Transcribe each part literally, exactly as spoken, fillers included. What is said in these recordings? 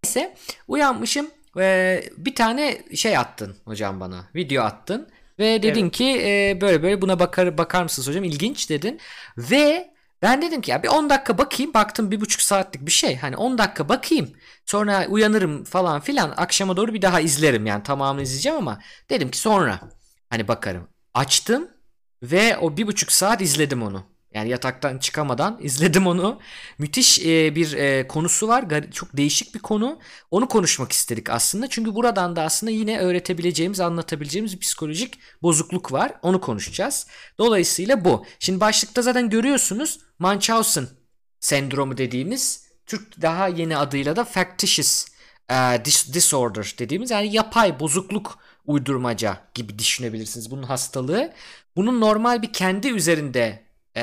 Neyse uyanmışım. Ee, bir tane şey attın hocam bana. Video attın. Ve dedin Evet. ki e, böyle böyle buna bakar bakar mısınız hocam? İlginç dedin. Ve ben dedim ki ya bir on dakika bakayım. Baktım bir buçuk saatlik bir şey. Hani on dakika bakayım. Sonra uyanırım falan filan. Akşama doğru bir daha izlerim. Yani tamamını izleyeceğim ama dedim ki sonra hani bakarım. Açtım ve o bir buçuk saat izledim onu. Yani yataktan çıkamadan izledim onu. Müthiş e, bir e, konusu var. Gar- çok değişik bir konu. Onu konuşmak istedik aslında. Çünkü buradan da aslında yine öğretebileceğimiz, anlatabileceğimiz bir psikolojik bozukluk var. Onu konuşacağız. Dolayısıyla bu. Şimdi başlıkta zaten görüyorsunuz Munchausen sendromu dediğimiz, Türk daha yeni adıyla da factitious e, dis- disorder dediğimiz, yani yapay bozukluk, uydurmaca gibi düşünebilirsiniz bunun hastalığı. Bunun normal bir kendi üzerinde e,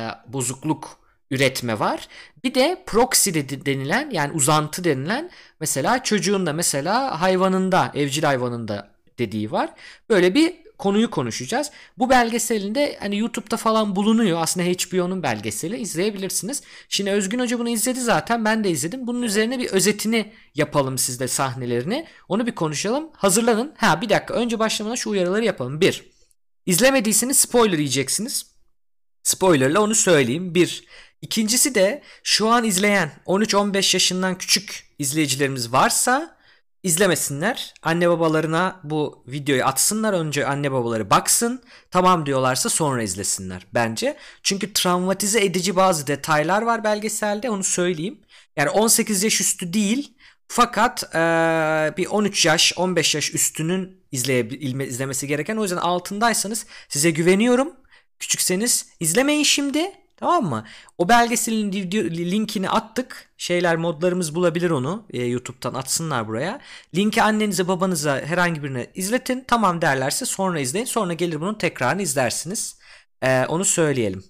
bozukluk üretme var. Bir de proxy denilen, yani uzantı denilen, mesela çocuğun da mesela hayvanında, evcil hayvanında dediği var. Böyle bir konuyu konuşacağız. Bu belgeselinde hani YouTube'da falan bulunuyor. Aslında H B O'nun belgeseli, izleyebilirsiniz. Şimdi Özgün Hoca bunu izledi zaten. Ben de izledim. Bunun üzerine bir özetini yapalım sizde, sahnelerini. Onu bir konuşalım. Hazırlanın. Ha bir dakika. Önce başlamadan şu uyarıları yapalım. Bir. İzlemediyseniz spoiler yiyeceksiniz. Spoilerla onu söyleyeyim. Bir. İkincisi de şu an izleyen on üç on beş yaşından küçük izleyicilerimiz varsa izlemesinler. Anne babalarına bu videoyu atsınlar. Önce anne babaları baksın. Tamam diyorlarsa sonra izlesinler bence. Çünkü travmatize edici bazı detaylar var belgeselde. Onu söyleyeyim. Yani on sekiz yaş üstü değil. Fakat ee, bir on üç yaş on beş yaş üstünün izleye- izlemesi gereken. O yüzden altındaysanız size güveniyorum. Küçükseniz izlemeyin şimdi. Tamam mı? O belgeselin linkini attık. Şeyler, modlarımız bulabilir onu. E, YouTube'dan atsınlar buraya. Linki annenize babanıza herhangi birine izletin. Tamam derlerse sonra izleyin. Sonra gelir bunun tekrarını izlersiniz. E, onu söyleyelim.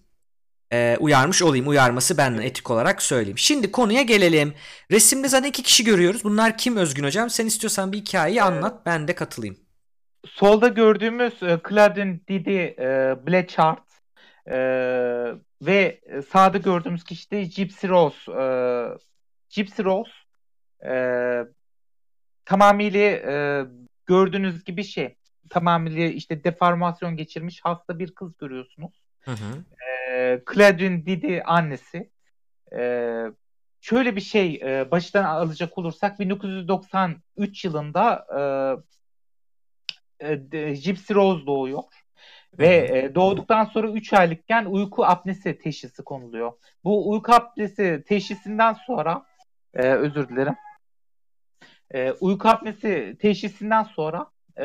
E, uyarmış olayım. Uyarması benden, Evet. etik olarak söyleyeyim. Şimdi konuya gelelim. Resimde zaten iki kişi görüyoruz. Bunlar kim Özgün Hocam? Sen istiyorsan bir hikayeyi Ee, anlat. Ben de katılayım. Solda gördüğümüz e, Claudine Didi e, Blanchard e, ve sağda gördüğümüz kişi de Gypsy Rose. E, Gypsy Rose e, tamamıyla e, gördüğünüz gibi şey, tamamıyla işte deformasyon geçirmiş hasta bir kız görüyorsunuz. Hı hı. E, Claudine Didi annesi. E, Şöyle bir şey e, baştan alacak olursak bin dokuz yüz doksan üç yılında e, e, Gypsy Rose doğuyor. Hı Ve hı. e, doğduktan sonra üç aylıkken uyku apnesi teşhisi konuluyor. Bu uyku apnesi teşhisinden sonra e, özür dilerim. E, uyku apnesi teşhisinden sonra e,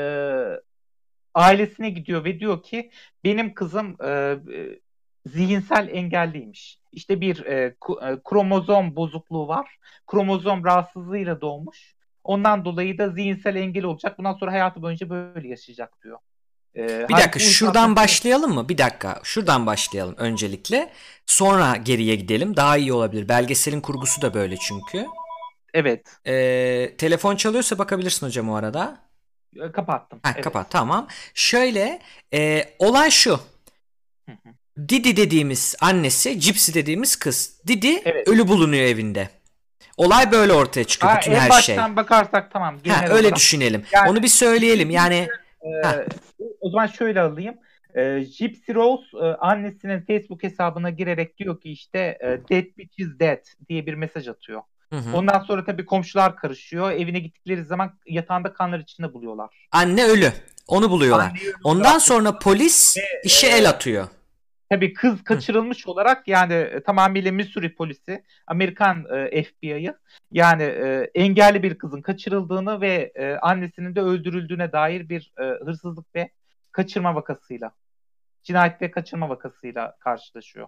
ailesine gidiyor ve diyor ki benim kızım e, e, zihinsel engelliymiş. İşte bir e, ku- e, kromozom bozukluğu var. Kromozom rahatsızlığıyla doğmuş. Ondan dolayı da zihinsel engel olacak. Bundan sonra hayatı boyunca böyle yaşayacak diyor. E, Bir dakika, halbuki uyku şuradan apnesi başlayalım mı? Bir dakika, şuradan başlayalım öncelikle. Sonra geriye gidelim. Daha iyi olabilir. Belgeselin kurgusu da böyle çünkü. evet. Ee, telefon çalıyorsa bakabilirsin hocam o arada. E, kapattım. Heh, kapat, Evet. tamam. Şöyle e, olay şu. Hı hı. Didi dediğimiz annesi, Gypsy dediğimiz kız. Didi Evet. ölü bulunuyor evinde. Olay böyle ortaya çıkıyor, Ha, bütün en her şey. baştan bakarsak tamam Ha, genel öyle olarak. düşünelim. Yani Onu bir söyleyelim. ikinci Yani ha. e, o zaman şöyle alayım. E, Gypsy Rose e, annesinin Facebook hesabına girerek diyor ki işte e, dead bitch is dead diye bir mesaj atıyor. Hı hı. Ondan sonra tabii komşular karışıyor. Evine gittikleri zaman yatağında kanlar içinde buluyorlar. Anne ölü. Onu buluyorlar. Anneyi ölü Ondan olarak sonra buluyorlar. Ve polis işe el e, atıyor. tabii kız Hı. kaçırılmış olarak yani e, tamamıyla Missouri polisi, Amerikan e, F B I'ı yani e, engelli bir kızın kaçırıldığını ve e, annesinin de öldürüldüğüne dair bir e, hırsızlık ve kaçırma vakasıyla, cinayet ve kaçırma vakasıyla karşılaşıyor.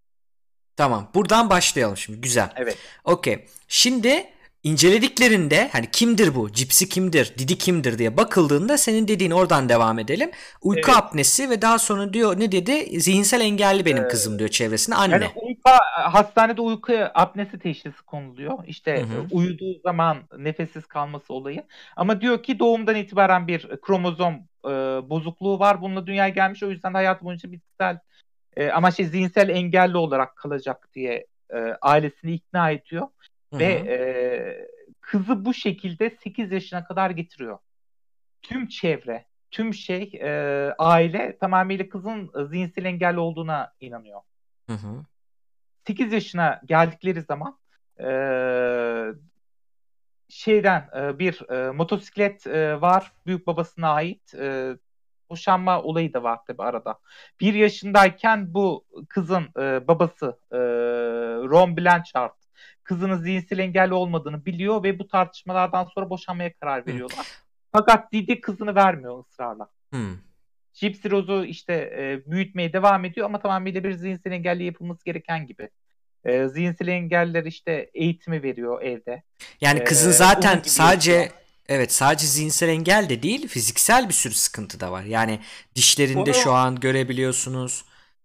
Tamam. Buradan başlayalım şimdi. Güzel. Evet. Okey. Şimdi incelediklerinde hani kimdir bu? Cipsi kimdir? Didi kimdir diye bakıldığında senin dediğin, oradan devam edelim. Uyku Evet. apnesi ve daha sonra diyor ne dedi? Zihinsel engelli benim Ee, kızım diyor çevresine, Yani anne. uyku, hastanede uyku apnesi teşhisi konuluyor. İşte Hı e, hı. uyuduğu zaman nefessiz kalması olayı. Ama diyor ki doğumdan itibaren bir kromozom e, bozukluğu var. Bununla dünyaya gelmiş. O yüzden hayatı boyunca bitkisel e, ama şey zihinsel engelli olarak kalacak diye e, ailesini ikna ediyor. Hı Ve hı. e, kızı bu şekilde sekiz yaşına kadar getiriyor. Tüm çevre, tüm şey, e, aile tamamıyla kızın zihinsel engelli olduğuna inanıyor. Hı hı. sekiz yaşına geldikleri zaman e, şeyden e, bir e, motosiklet e, var, büyük babasına ait. E, boşanma olayı da var tabii arada. Bir yaşındayken bu kızın e, babası e, Ron Blanchard kızının zihinsel engelli olmadığını biliyor ve bu tartışmalardan sonra boşanmaya karar Hı. veriyorlar. Fakat Didi kızını vermiyor ısrarla. Hı. Gypsy Rose'u işte e, büyütmeye devam ediyor ama tamamıyla bir zihinsel engelli yapılması gereken gibi. E, zihinsel engeller işte eğitimi veriyor evde. Yani kızın E, onun zaten gibi sadece yaşıyor. evet sadece zihinsel engel de değil, fiziksel bir sürü sıkıntı da var. Yani dişlerinde şu Onu an görebiliyorsunuz.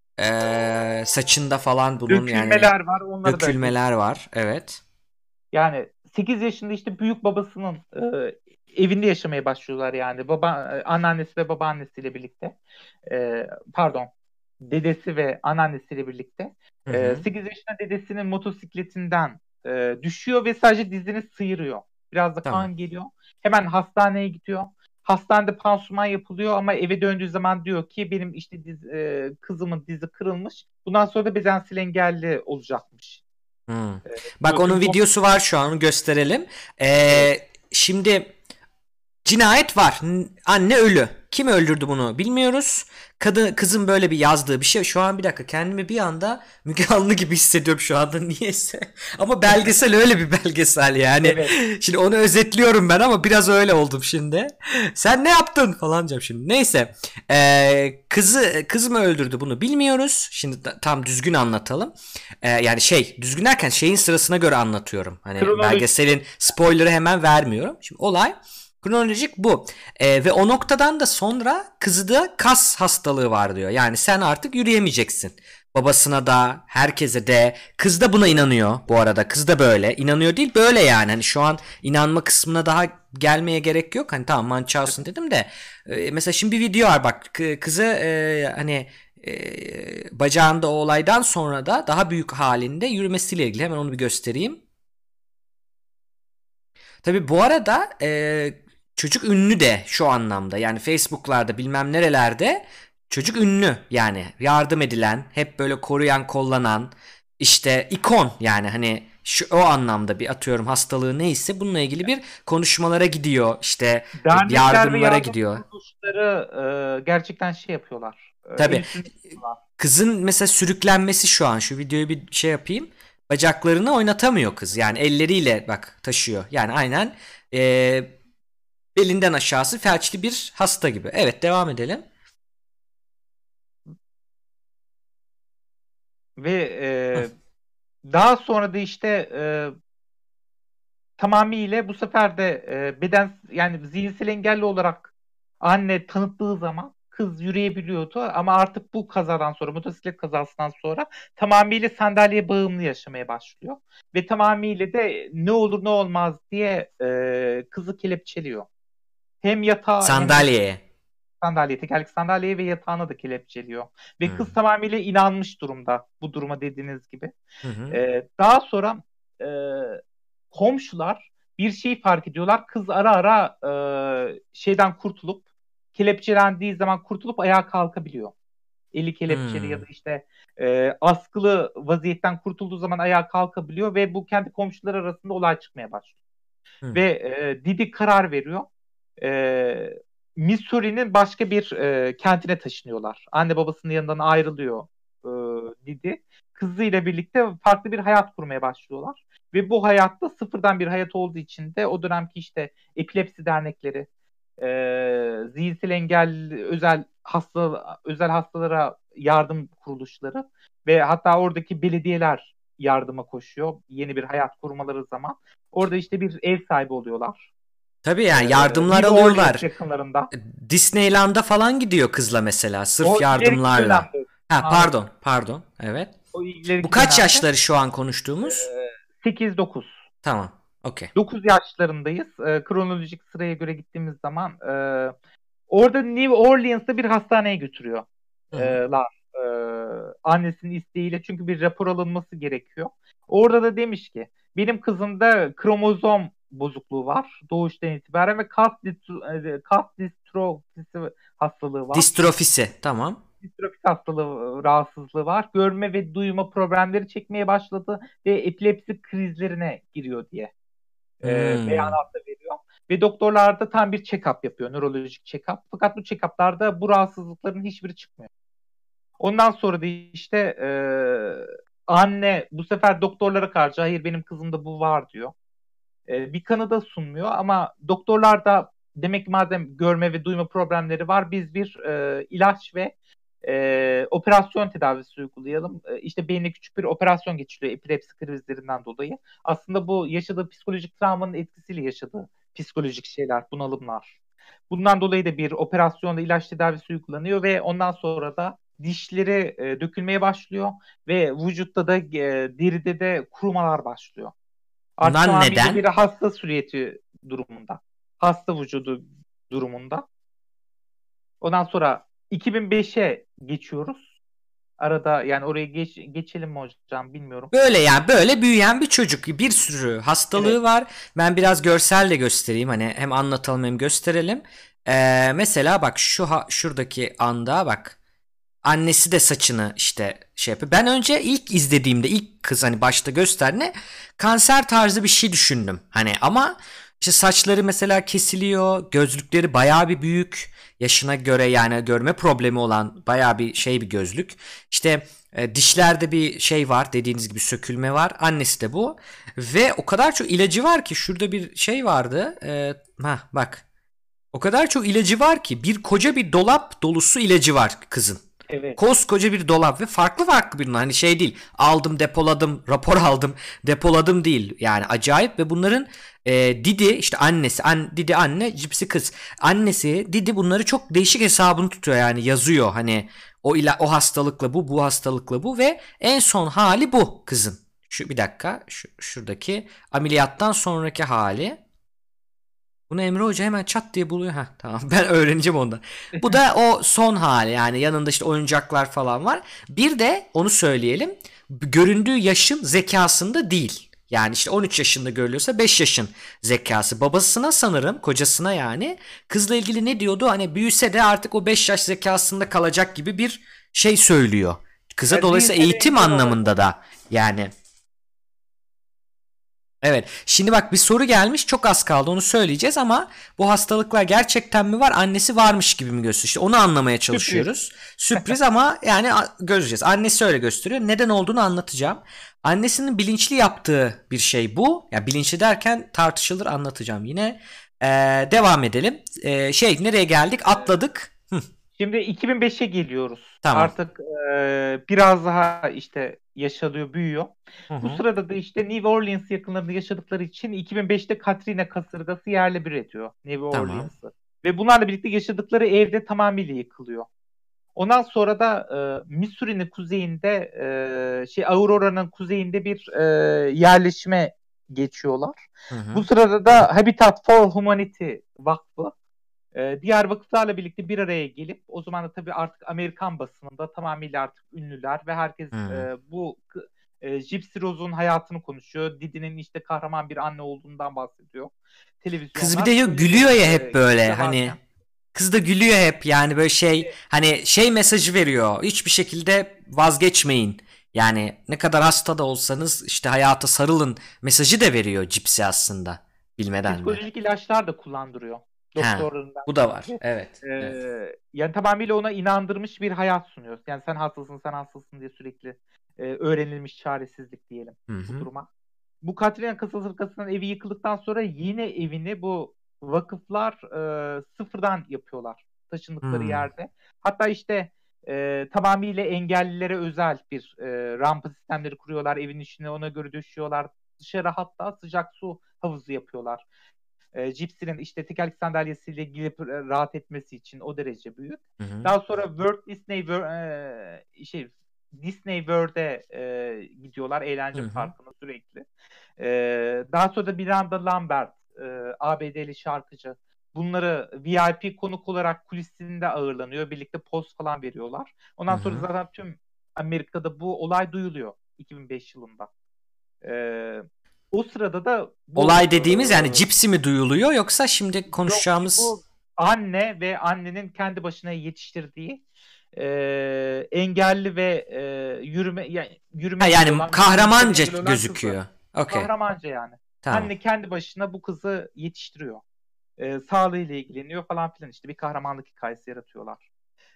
Ee, saçında falan bunun yani dökülmeler var, onları da dökülmeler gösteriyor. var. Evet. Yani sekiz yaşında işte büyük babasının e, evinde yaşamaya başlıyorlar yani. Baba, e, anneannesi ve babaannesiyle birlikte. E, pardon, dedesi ve anneannesiyle birlikte. Hı E, hı. sekiz yaşında dedesinin motosikletinden e, düşüyor ve sadece dizini sıyırıyor. Biraz da Tamam. kan geliyor. Hemen hastaneye gidiyor. Hastanede pansuman yapılıyor ama eve döndüğü zaman diyor ki benim işte diz, e, kızımın dizi kırılmış. Bundan sonra da bedensiz engelli olacakmış. Hı. E, Bak diyor. onun Çünkü o, videosu var şu an, onu gösterelim. evet. Ee, şimdi cinayet var. N- Anne ölü. Kim öldürdü bunu bilmiyoruz. Kadın, kızın böyle bir yazdığı bir şey. Şu an bir dakika, kendimi bir anda Müge Anlı gibi hissediyorum şu anda niyeyse. Ama belgesel öyle bir belgesel yani. Evet. Şimdi onu özetliyorum ben ama biraz öyle oldum şimdi. Sen ne yaptın falan diyeceğim şimdi. Neyse. Ee, kızı kızı mı öldürdü bunu bilmiyoruz. Şimdi ta- tam düzgün anlatalım. Ee, yani şey, düzgün derken şeyin sırasına göre anlatıyorum. Hani Kronolojik. belgeselin spoiler'ı hemen vermiyorum. Şimdi olay kronolojik bu. Ee, ve o noktadan da sonra kızda kas hastalığı var diyor. Yani sen artık yürüyemeyeceksin. Babasına da, herkese de. Kız da buna inanıyor bu arada. Kız da böyle. İnanıyor değil, böyle yani. Hani şu an inanma kısmına daha gelmeye gerek yok. Hani tamam Munchausen dedim de. E, mesela şimdi bir video var bak. K- kızı e, hani e, bacağında o olaydan sonra da daha büyük halinde yürümesiyle ilgili. Hemen onu bir göstereyim. Tabii bu arada e, çocuk ünlü de şu anlamda. Yani Facebook'larda bilmem nerelerde çocuk ünlü. Yani yardım edilen, hep böyle koruyan, kollanan, işte ikon yani, hani şu o anlamda bir, atıyorum hastalığı neyse bununla ilgili bir konuşmalara gidiyor. İşte e, Dernekler ve yardımlara yardım gidiyor. kuruluşları e, gerçekten şey yapıyorlar. E, el Tabii üstünde tutuyorlar. kızın mesela sürüklenmesi, şu an şu videoyu bir şey yapayım. Bacaklarını oynatamıyor kız. Yani elleriyle bak taşıyor. Yani aynen e, belinden aşağısı felçli bir hasta gibi. Evet, devam edelim. Ve Hı. e, daha sonra da işte e, tamamıyla bu sefer de e, beden yani zihinsel engelli olarak anne tanıttığı zaman kız yürüyebiliyordu ama artık bu kazadan sonra, motosiklet kazasından sonra tamamıyla sandalyeye bağımlı yaşamaya başlıyor ve tamamıyla de ne olur ne olmaz diye e, kızı kelepçeliyor. Hem yatağa hem de Sandalyeye. sandalye, tekerlekli sandalyeye ve yatağına da kelepçeliyor. Ve Hı. kız tamamıyla inanmış durumda bu duruma, dediğiniz gibi. Hı hı. Ee, daha sonra e, komşular bir şey fark ediyorlar. Kız ara ara e, şeyden kurtulup, kelepçelendiği zaman kurtulup ayağa kalkabiliyor. Eli kelepçeli ya Hı. da işte e, askılı vaziyetten kurtulduğu zaman ayağa kalkabiliyor ve bu kendi komşular arasında olay çıkmaya başlıyor. Hı. Ve e, Didi karar veriyor. E, Missouri'nin başka bir e, kentine taşınıyorlar. Anne babasının yanından ayrılıyor e, Didi. Kızıyla birlikte farklı bir hayat kurmaya başlıyorlar. Ve bu hayatta sıfırdan bir hayat olduğu için de o dönemki işte epilepsi dernekleri, e, zihinsel engel özel hasta özel hastalara yardım kuruluşları ve hatta oradaki belediyeler yardıma koşuyor yeni bir hayat kurmaları zaman. Orada işte bir ev sahibi oluyorlar. Tabii E, yani yardımlar New Orleans alıyorlar. yakınlarında. Disneyland'a falan gidiyor kızla mesela, sırf O ileriki yardımlarla. dönemde. Ha Anladım. pardon, pardon. Evet. O Bu ileriki kaç dönemde. yaşları şu an E, konuştuğumuz? sekiz dokuz. Tamam. Okey. dokuz yaşlarındayız. E, kronolojik sıraya göre gittiğimiz zaman e, orada New Orleans'ta bir hastaneye götürüyor. Hı E, hı. lar, e, annesinin isteğiyle, çünkü bir rapor alınması gerekiyor. Orada da demiş ki benim kızımda kromozom bozukluğu var doğuştan itibaren ve kas, distro- e, kas distrofisi hastalığı var. Distrofisi. Tamam. Distrofik hastalığı rahatsızlığı var. Görme ve duyma problemleri çekmeye başladı ve epilepsi krizlerine giriyor diye e, Hmm. beyanatı veriyor. Ve doktorlar da tam bir check-up yapıyor. Nörolojik check-up. Fakat bu check-up'larda bu rahatsızlıkların hiçbiri çıkmıyor. Ondan sonra da işte e, anne bu sefer doktorlara karşı hayır benim kızımda bu var diyor. E, bir kanı da sunmuyor ama doktorlar da demek ki madem görme ve duyma problemleri var biz bir e, ilaç ve e, operasyon tedavisi uygulayalım. E, işte beynine küçük bir operasyon geçiriyor epilepsi krizlerinden dolayı. Aslında bu yaşadığı psikolojik travmanın etkisiyle yaşadığı psikolojik şeyler, bunalımlar. Bundan dolayı da bir operasyonda ilaç tedavisi uygulanıyor ve ondan sonra da dişleri e, dökülmeye başlıyor ve vücutta da e, deride de kurumalar başlıyor. Artık Bunlar tamamıyla neden? bir hasta suriyeti durumunda. Hasta vücudu durumunda. Ondan sonra iki bin beşe geçiyoruz. Arada yani oraya geç, geçelim mi hocam bilmiyorum. Böyle yani böyle büyüyen bir çocuk. Bir sürü hastalığı Evet. var. Ben biraz görselle göstereyim. Hani hem anlatalım hem gösterelim. Ee, mesela bak şu ha, şuradaki anda bak. Annesi de saçını işte şey yapıyor. Ben önce ilk izlediğimde ilk kız hani başta gösterdiğinde kanser tarzı bir şey düşündüm. Hani ama işte saçları mesela kesiliyor. Gözlükleri bayağı bir büyük. Yaşına göre yani görme problemi olan bayağı bir şey bir gözlük. İşte e, dişlerde bir şey var dediğiniz gibi sökülme var. Annesi de bu. Ve o kadar çok ilacı var ki şurada bir şey vardı. E, hah bak. O kadar çok ilacı var ki bir koca bir dolap dolusu ilacı var kızın. Evet. Koskoca bir dolap ve farklı farklı bir hani şey değil. Aldım depoladım rapor aldım depoladım değil. Yani acayip ve bunların e, Didi işte annesi an, Didi anne cipsi kız. Annesi Didi bunları çok değişik hesabını tutuyor yani yazıyor hani o ila, o hastalıkla bu bu hastalıkla bu ve en son hali bu kızın. Şu bir dakika şu, şuradaki ameliyattan sonraki hali. Bunu Emre Hoca hemen çat diye buluyor. Heh, tamam ben öğreneceğim ondan. Bu da o son hali yani yanında işte oyuncaklar falan var. Bir de onu söyleyelim. Göründüğü yaşın zekasında değil. Yani işte on üç yaşında görülüyorsa beş yaşın zekası. Babasına sanırım kocasına yani kızla ilgili ne diyordu? Hani büyüse de artık o beş yaş zekasında kalacak gibi bir şey söylüyor. Kıza Yani dolayısıyla büyüse de eğitim engel olacak. anlamında da yani. Evet. Şimdi bak bir soru gelmiş. Çok az kaldı. Onu söyleyeceğiz ama bu hastalıklar gerçekten mi var? Annesi varmış gibi mi gösteriyor? İşte onu anlamaya Sürpriz. çalışıyoruz. Sürpriz ama yani göreceğiz. Annesi öyle gösteriyor. Neden olduğunu anlatacağım. Annesinin bilinçli yaptığı bir şey bu. Ya bilinçli derken tartışılır anlatacağım yine. Ee, devam edelim. Ee, şey nereye geldik? Atladık. Hı, Şimdi iki bin beşe geliyoruz. tamam. Artık e, biraz daha işte yaşanıyor, büyüyor. Hı Bu hı. sırada da işte New Orleans yakınlarında yaşadıkları için iki bin beşte Katrina kasırgası yerle bir ediyor New Tamam. Orleans'ı. Ve bunlarla birlikte yaşadıkları evde tamamıyla yıkılıyor. Ondan sonra da e, Missouri'nin kuzeyinde e, şey Aurora'nın kuzeyinde bir e, yerleşime geçiyorlar. Hı Bu hı. sırada da Habitat for Humanity Vakfı e, diğer vakıflarla birlikte bir araya gelip o zaman da tabii artık Amerikan basınında tamamıyla artık ünlüler ve herkes Hı. e, bu e, Gypsy Rose'un hayatını konuşuyor. Didi'nin işte kahraman bir anne olduğundan bahsediyor. Kız bir de Televizyonlar yok, öyle bir gülüyor ya e, hep böyle kitle hani varken. kız da gülüyor hep yani böyle şey E, hani şey mesajı veriyor hiçbir şekilde vazgeçmeyin yani ne kadar hasta da olsanız işte hayata sarılın mesajı da veriyor Cipsi aslında bilmeden mi? Psikolojik ilaçlar da kullandırıyor Ha, doktorlarından bu da var birisi. evet, evet. Ee, yani tamamıyla ona inandırmış bir hayat sunuyor. Yani sen hastasın, sen hastasın diye sürekli e, öğrenilmiş çaresizlik diyelim Hı bu hı. duruma. Bu Katrina kasırgasının evi yıkıldıktan sonra yine evini bu vakıflar e, sıfırdan yapıyorlar taşındıkları Hmm. yerde. Hatta işte e, tamamıyla engellilere özel bir e, rampa sistemleri kuruyorlar. Evin içine ona göre döşüyorlar. Dışarı hatta sıcak su havuzu yapıyorlar. E, Gypsy'nin işte tekerlek sandalyesiyle girip e, rahat etmesi için o derece büyük. Hı hı. Daha sonra Walt Disney Wor- e, şey Disney World'e e, gidiyorlar Hı eğlence hı. parkına sürekli. E, daha sonra da Miranda Lambert e, A B D'li şarkıcı. Bunları V I P konuk olarak kulisinde ağırlanıyor. Birlikte poz falan veriyorlar. Hı Ondan sonra hı. zaten tüm Amerika'da bu olay duyuluyor iki bin beş yılında. E, O sırada da bu, olay dediğimiz yani e, cipsi mi duyuluyor yoksa şimdi konuşacağımız... Yok, bu anne ve annenin kendi başına yetiştirdiği e, engelli ve e, yürüme yani yürüme Ha, engeli yani olan, kahramanca engeli olan kızı. gözüküyor. Okey. Kahramanca yani. Tamam. Anne kendi başına bu kızı yetiştiriyor. E, sağlığıyla ilgileniyor falan filan, işte bir kahramanlık hikayesi yaratıyorlar.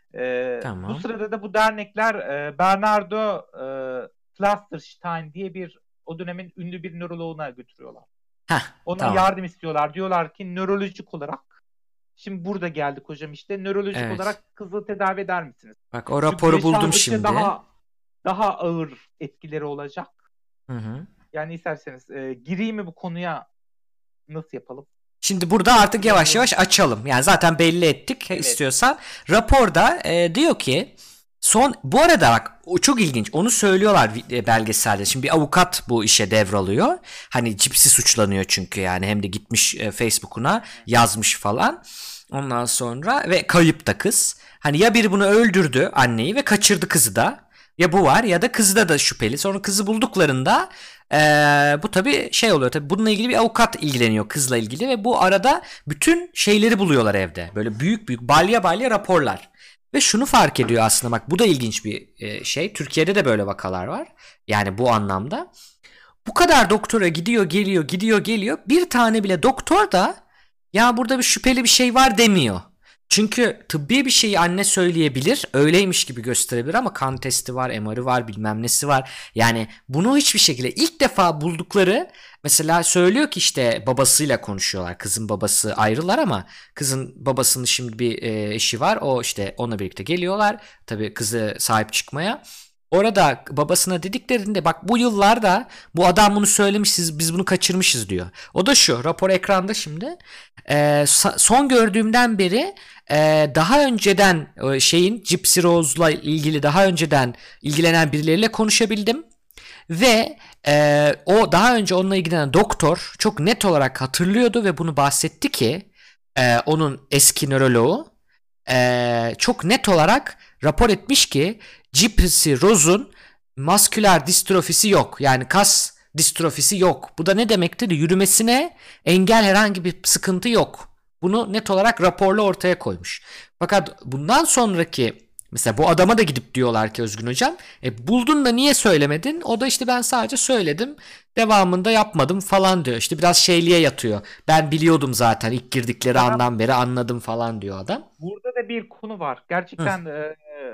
E, Tamam. Bu sırada da bu dernekler e, Bernardo e, Pflasterstein diye bir o dönemin ünlü bir nöroloğuna götürüyorlar. Heh, Ona tamam. yardım istiyorlar. Diyorlar ki nörolojik olarak, şimdi burada geldik hocam işte, nörolojik Evet. olarak kızı tedavi eder misiniz? Bak o raporu Çünkü buldum yaşandıkça şimdi. Daha daha ağır etkileri olacak. Hı hı. Yani isterseniz e, gireyim mi bu konuya, nasıl yapalım? Şimdi burada artık yavaş yavaş açalım. Yani zaten belli ettik, Evet. istiyorsan. Raporda e, diyor ki son, bu arada bak o çok ilginç. Onu söylüyorlar e, belgeselde. Şimdi bir avukat bu işe devralıyor. Hani cipsi suçlanıyor çünkü, yani hem de gitmiş e, Facebook'una yazmış falan. Ondan sonra ve kayıp da kız. Hani ya biri bunu öldürdü, anneyi, ve kaçırdı kızı da. Ya bu var ya da kızı da da şüpheli. Sonra kızı bulduklarında ee, bu tabii şey oluyor. Tabii bununla ilgili bir avukat ilgileniyor kızla ilgili ve bu arada bütün şeyleri buluyorlar evde. Böyle büyük büyük balya balya raporlar. Ve şunu fark ediyor aslında, bak bu da ilginç bir e, şey. Türkiye'de de böyle vakalar var. Yani bu anlamda. Bu kadar doktora gidiyor geliyor gidiyor geliyor. Bir tane bile doktor da ya burada bir şüpheli bir şey var demiyor. Çünkü tıbbi bir şeyi anne söyleyebilir, öyleymiş gibi gösterebilir ama kan testi var, M R'ı var, bilmem nesi var. Yani bunu hiçbir şekilde ilk defa buldukları, mesela söylüyor ki işte babasıyla konuşuyorlar. Kızın babası ayrılar ama kızın babasının şimdi bir e, eşi var. O işte onunla birlikte geliyorlar. Tabii kızı sahip çıkmaya. Orada babasına dediklerinde bak bu yıllarda bu adam bunu söylemiş, siz, biz bunu kaçırmışız diyor. O da şu, rapor ekranda şimdi. Ee, son gördüğümden beri e, daha önceden e, şeyin Gypsy Rose'la ilgili daha önceden ilgilenen birileriyle konuşabildim. Ve e, o daha önce onunla ilgilenen doktor çok net olarak hatırlıyordu ve bunu bahsetti ki e, onun eski nöroloğu e, çok net olarak rapor etmiş ki Gypsy Rose'un masküler distrofisi yok. Yani kas distrofisi yok. Bu da ne demektir? Yürümesine engel, herhangi bir sıkıntı yok. Bunu net olarak raporla ortaya koymuş. Fakat bundan sonraki, mesela bu adama da gidip diyorlar ki Özgün hocam, e, buldun da niye söylemedin? O da işte ben sadece söyledim, devamında yapmadım falan diyor. İşte biraz şeyliğe yatıyor. Ben biliyordum zaten, ilk girdikleri Aha. andan beri anladım falan diyor adam. Burada da bir konu var. Gerçekten e,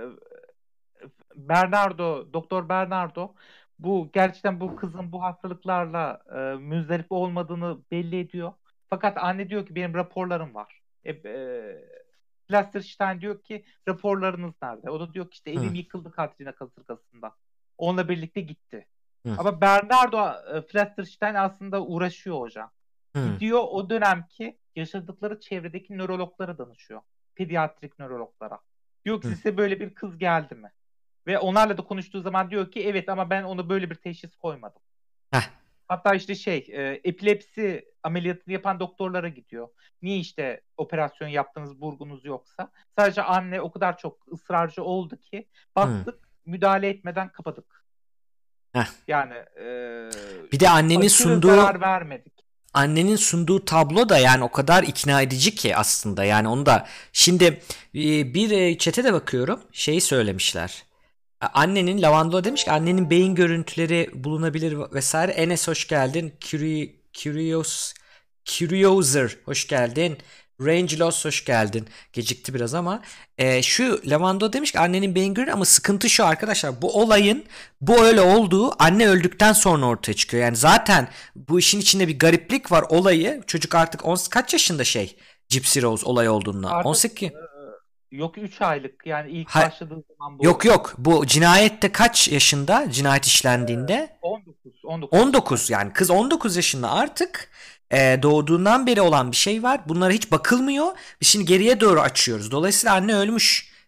Bernardo, Doktor Bernardo bu gerçekten bu kızın bu hastalıklarla e, müzdarip olmadığını belli ediyor. Fakat anne diyor ki benim raporlarım var. E, e, Plasterstein diyor ki raporlarınız nerede? O da diyor ki işte evim Hı. yıkıldı Katrina kasırgasında. Onunla birlikte gitti. Hı. Ama Bernardo e, Plasterstein aslında uğraşıyor hocam. Hı. Gidiyor o dönemki yaşadıkları çevredeki nörologlara danışıyor. Pediatrik nörologlara. Diyor ki Hı. size böyle bir kız geldi mi? Ve onlarla da konuştuğu zaman diyor ki evet ama ben ona böyle bir teşhis koymadım. Heh. Hatta işte şey e, epilepsi ameliyatını yapan doktorlara gidiyor. Niye işte operasyon yaptığınız burgunuz yoksa? Sadece anne o kadar çok ısrarcı oldu ki baktık Hı. müdahale etmeden kapadık. Heh. Yani e, bir de annenin sunduğu zarar vermedik. Annenin sunduğu tablo da yani o kadar ikna edici ki aslında, yani onu da şimdi bir chat'e de bakıyorum, şeyi söylemişler. Annenin, Lavandula demiş ki annenin beyin görüntüleri bulunabilir vesaire. Enes hoş geldin. Curi, Curious Curiouser hoş geldin. Range Loss hoş geldin. Gecikti biraz ama. E, şu Lavando demiş ki annenin beyin görüntüleri, ama sıkıntı şu arkadaşlar. Bu olayın bu öyle olduğu anne öldükten sonra ortaya çıkıyor. Yani zaten bu işin içinde bir gariplik var olayı. Çocuk artık on, kaç yaşında şey? Gypsy Rose olay olduğunda. Artık, on sekiz. E, yok üç aylık yani ilk ha, başladığı zaman bu. Yok yok. Bu cinayette kaç yaşında? Cinayet işlendiğinde? on dokuz. on dokuz, on dokuz yani kız on dokuz yaşında artık. E, doğduğundan beri olan bir şey var. Bunlara hiç bakılmıyor. Biz şimdi geriye doğru açıyoruz. Dolayısıyla anne ölmüş.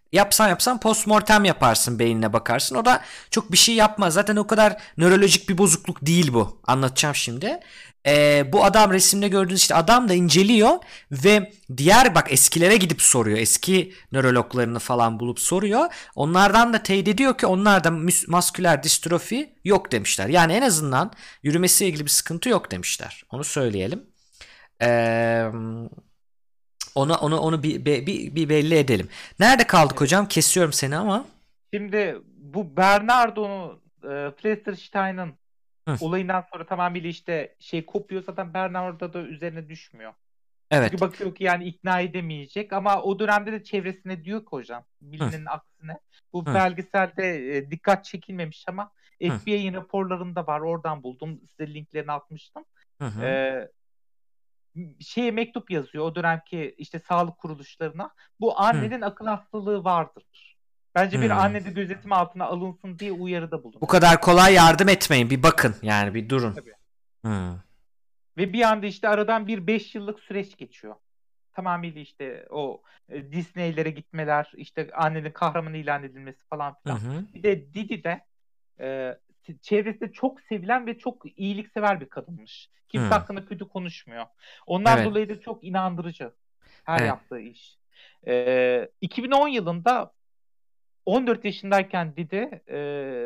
yapsan yapsan postmortem yaparsın, beynine bakarsın. O da çok bir şey yapmaz. Zaten o kadar nörolojik bir bozukluk değil bu. Anlatacağım şimdi. Ee, bu adam, resimde gördüğünüz işte adam da inceliyor ve diğer, bak, eskilere gidip soruyor. Eski nörologlarını falan bulup soruyor. Onlardan da teyit ediyor ki onlarda mus- masküler distrofi yok demişler. Yani en azından yürümesiyle ilgili bir sıkıntı yok demişler. Onu söyleyelim. Eee onu onu onu bir, bir, bir belli edelim. Nerede kaldık Evet. hocam? Kesiyorum seni ama. Şimdi bu Bernardo'nun e, Fleckenstein'ın Hı, olayından sonra tamamıyla işte şey kopuyor, zaten Bernardo da üzerine düşmüyor. Çünkü evet. bakıyor ki yani ikna edemeyecek, ama o dönemde de çevresine diyor ki hocam, Hı, bilinenin aksine bu hı, belgeselde e, dikkat çekilmemiş ama hı, F B I'nin raporlarında var, oradan buldum, size linklerini atmıştım. hı, hı, E, şeye mektup yazıyor o dönemki işte sağlık kuruluşlarına, bu hı, annenin akıl hastalığı vardır. Bence bir hı. anne de gözetim altına alınsın diye uyarıda Bu bulunuyor. kadar kolay yardım etmeyin. Bir bakın yani, bir durun. Tabii. Hı, Ve bir anda işte aradan bir beş yıllık süreç geçiyor. Tamamıyla işte o e, Disney'lere gitmeler, işte annenin kahraman ilan edilmesi falan hı, filan. hı, Bir de Didi de e, çevresinde çok sevilen ve çok iyiliksever bir kadınmış. Kimse hı. hakkında kötü konuşmuyor. Ondan Evet. dolayı da çok inandırıcı her Evet. yaptığı iş. E, iki bin on yılında on dört yaşındayken Didi, e,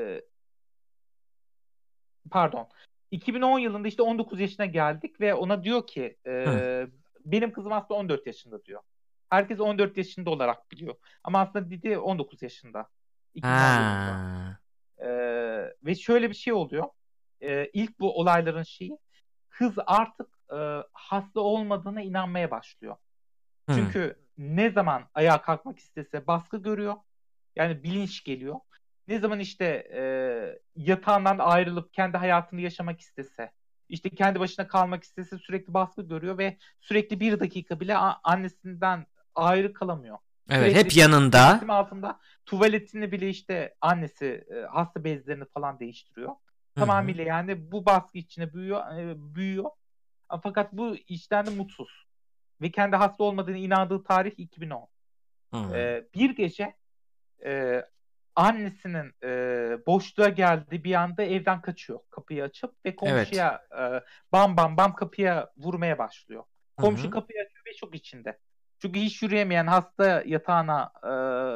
pardon, iki bin on yılında işte on dokuz yaşına geldik ve ona diyor ki Hı. e, benim kızım aslında on dört yaşında diyor. Herkes on dört yaşında olarak biliyor. Ama aslında Didi on dokuz yaşında. iki bin on yılında. Ha. E, ve şöyle bir şey oluyor. E, ilk bu olayların şeyi, kız artık e, hasta olmadığına inanmaya başlıyor. Hı. Çünkü ne zaman ayağa kalkmak istese baskı görüyor. Yani bilinç geliyor. Ne zaman işte e, yatağından ayrılıp kendi hayatını yaşamak istese, işte kendi başına kalmak istese sürekli baskı görüyor ve sürekli bir dakika bile a- annesinden ayrı kalamıyor. Evet, hep Sürekli yanında. gözetim altında, tuvaletini bile işte annesi e, hasta bezlerini falan değiştiriyor. Hı hı. Tamamıyla yani bu baskı içine büyüyor, e, büyüyor. Fakat bu işten de mutsuz. Ve kendi hasta olmadığını inandığı tarih iki bin on. Hı. E, bir gece e, annesinin e, boşluğa geldiği bir anda evden kaçıyor, kapıyı açıp ve Evet. komşuya e, bam bam bam kapıya vurmaya başlıyor. Hı Komşu hı. kapıyı açıyor ve şok içinde. Çünkü hiç yürüyemeyen hasta yatağına e,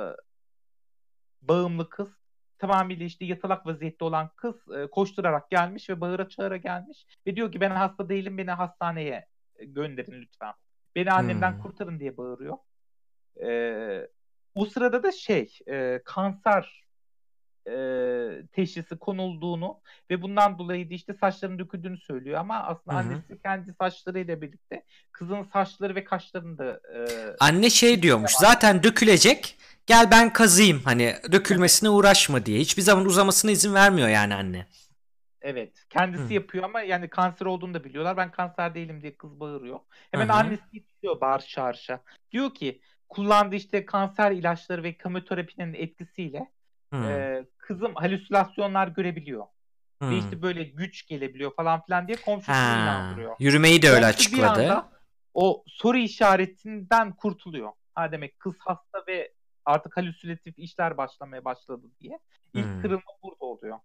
bağımlı kız, tamamıyla işte yatalak vaziyette olan kız e, koşturarak gelmiş ve bağıra çağıra gelmiş ve diyor ki ben hasta değilim, beni hastaneye e, gönderin lütfen. Beni annemden Hı. kurtarın diye bağırıyor. E, o sırada da şey e, kanser e, teşhisi konulduğunu ve bundan dolayı da işte saçlarının döküldüğünü söylüyor, ama Hı aslında hı. annesi kendi saçlarıyla birlikte kızın saçları ve kaşlarını da e, Anne şey dikmeye diyormuş. başlıyor. Zaten dökülecek. Gel ben kazıyım, hani Evet, dökülmesine uğraşma diye. Hiçbir zaman uzamasına izin vermiyor yani anne. evet. Hı Kendisi yapıyor ama yani kanser olduğunu da biliyorlar. Ben kanser değilim diye kız bağırıyor. hı. Hemen Hı. annesi yetişiyor bağır çağrışa. Diyor ki kullandığı işte kanser ilaçları ve kemoterapinin etkisiyle Hı. e, kızım halüsinasyonlar görebiliyor. Ve Hı. işte böyle güç gelebiliyor falan filan diye komşusunu Ha. inandırıyor. Yürümeyi de öyle Komşu bir açıkladı. anda o soru işaretinden kurtuluyor. Ha, demek kız hasta ve artık halüsinatif işler başlamaya başladı diye. İlk Hı. kırılma burada oluyor.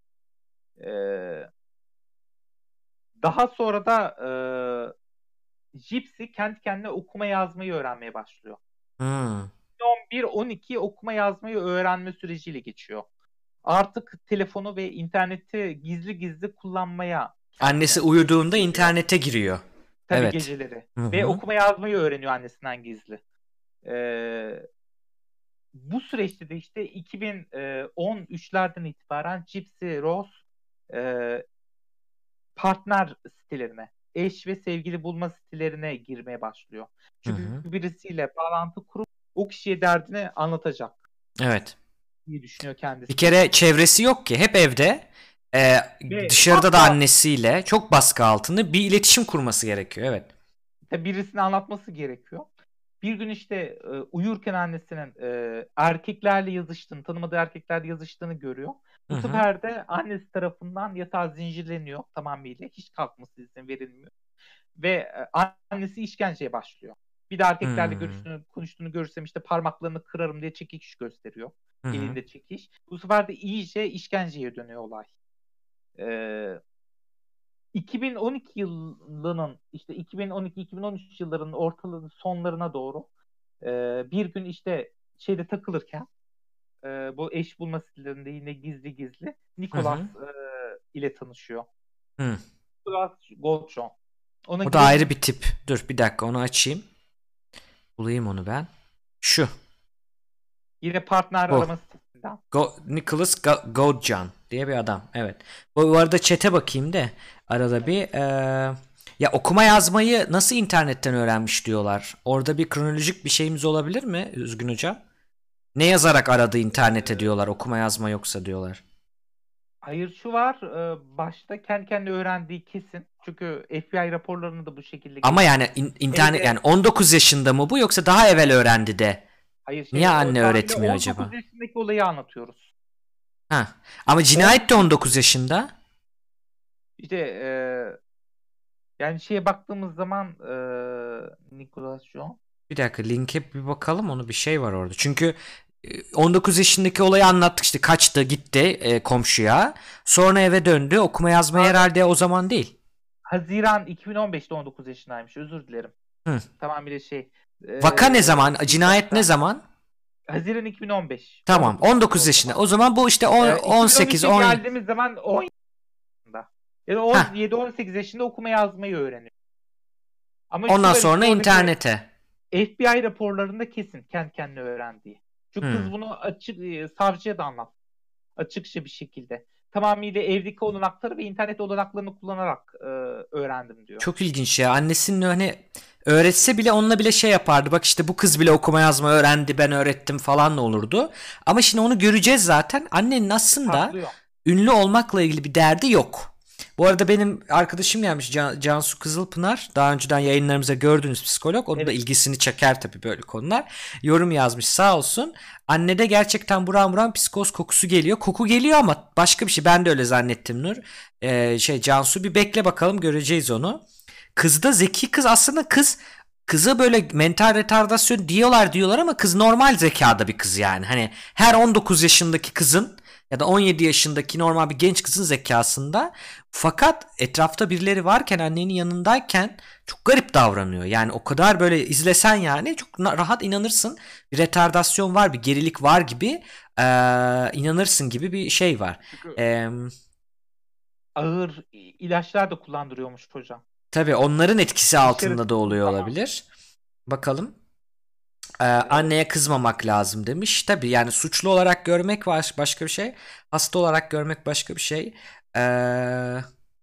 Ee, daha sonra da e, Gypsy kendi kendine okuma yazmayı öğrenmeye başlıyor. Hı. on bir on iki okuma yazmayı öğrenme süreciyle geçiyor. Artık telefonu ve interneti gizli gizli kullanmaya Annesi kendini uyuduğunda veriyor. internete giriyor. Tabii Evet. geceleri. Hı Ve hı. okuma yazmayı öğreniyor annesinden gizli. Ee, bu süreçte de işte iki bin on üçlerden itibaren Gypsy Rose e, partner sitelerine, eş ve sevgili bulma sitelerine girmeye başlıyor. Hı Çünkü hı. birisiyle bağlantı kurup o kişiye derdini anlatacak Evet. diye düşünüyor Bir kendisi. kere çevresi yok ki. Hep evde. Ee, Ve dışarıda da asla, annesiyle çok baskı altında bir iletişim kurması gerekiyor. Evet. tabii birisine anlatması gerekiyor. Bir gün işte e, uyurken annesinin e, erkeklerle yazıştığını, tanımadığı erkeklerle yazıştığını görüyor. Hı Bu hı. sefer de annesi tarafından yatağa zincirleniyor tamamıyla. Hiç kalkması izin verilmiyor. Ve e, annesi işkenceye başlıyor. Bir de erkeklerle Hmm. görüştüğünü, konuştuğunu görürsem işte parmaklarını kırarım diye çekiş gösteriyor. Hı hı. Elinde çekiş. Bu sefer de iyice işkenceye dönüyor olay. Ee, iki bin on iki yılının işte iki bin on iki iki bin on üç yıllarının ortalarının sonlarına doğru e, bir gün işte şeyde takılırken e, bu eş bulma sitelerinde yine gizli gizli Hı Nicholas hı. e, ile tanışıyor. Hı. Nicholas Goldjon. Ona O da ayrı girelim. bir tip. Dur bir dakika onu açayım. Bulayım onu ben. Şu. Yine partner Bu. arama sitesinden. Go Nicholas Go Goldjan diye bir adam. Evet. Bu, bu arada chat'e bakayım da arada bir eee, ya okuma yazmayı nasıl internetten öğrenmiş diyorlar. Orada bir kronolojik bir şeyimiz olabilir mi Üzgün hocam? Ne yazarak aradı internete diyorlar. Okuma yazma yoksa diyorlar. Hayır şu var. E, başta kendi kendine öğrendiği kesin. Çünkü F B I raporlarını da bu şekilde Ama geçiyor. yani in- internet yani Evde on dokuz yaşında mı bu yoksa daha evvel öğrendi de? hayır Niye şey o anne tahmini öğretmiyor on dokuz acaba? yaşındaki olayı anlatıyoruz. Ha. Ama cinayet de on on dokuz yaşında. işte e, yani şeye baktığımız zaman e, Nicholas John Bir dakika linke bir bakalım onu bir şey var orada. Çünkü e, on dokuz yaşındaki olayı anlattık işte kaçtı gitti e, komşuya. Sonra eve döndü okuma yazma herhalde o zaman değil. Haziran iki bin on beşte on dokuz yaşındaymış. Özür dilerim. Hı. Tamamıyla şey Vaka ne e, zaman? Cinayet ne Twitter zaman? Haziran iki bin on beş. Tamam on dokuz on yaşında dokuz o yaşında. zaman. O zaman bu işte on, E, on sekiz iki bin on üçe on. geldiğimiz zaman on yaşında. Ya da Ha. on yedi on sekiz yaşında okuma yazmayı öğreniyor. Ama şu Ondan var işte sonra oradaki internete. F B I raporlarında kesin kendi kendine öğrendiği. Çünkü Hı. kız bunu açık e, savcıya da anlattı. Açıkça bir şekilde. Tamamıyla evdeki olanakları ve internet olanaklarını kullanarak e, öğrendim diyor. Çok ilginç ya. Annesinin hani öğretse bile onunla bile şey yapardı. Bak işte bu kız bile okuma yazma öğrendi ben öğrettim falan da olurdu. Ama şimdi onu göreceğiz zaten. Annenin aslında Saklıyor. ünlü olmakla ilgili bir derdi yok. Bu arada benim arkadaşım gelmiş Can, Cansu Kızılpınar. Daha önceden yayınlarımıza gördüğünüz psikolog. Onun da Evet. ilgisini çeker tabii böyle konular. Yorum yazmış sağ olsun. Annede gerçekten buram buram psikoz kokusu geliyor. Koku geliyor ama başka bir şey. Ben de öyle zannettim Nur. Ee, şey Cansu bir bekle bakalım göreceğiz onu. Kızda zeki kız aslında kız kızı böyle mental retardasyon diyorlar diyorlar ama kız normal zekada bir kız yani. Hani her on dokuz yaşındaki kızın ya da on yedi yaşındaki normal bir genç kızın zekasında fakat etrafta birileri varken annenin yanındayken çok garip davranıyor. Yani o kadar böyle izlesen yani çok rahat inanırsın bir retardasyon var bir gerilik var gibi ee, inanırsın gibi bir şey var. Çünkü Eee ağır ilaçlar da kullandırıyormuş hocam. Tabii onların etkisi Dışarı altında da çıktığı oluyor zaman. olabilir. Bakalım. Ee, Ee, anneye kızmamak lazım demiş. Tabii yani suçlu olarak görmek var başka bir şey. Hasta olarak görmek başka bir şey. Ee,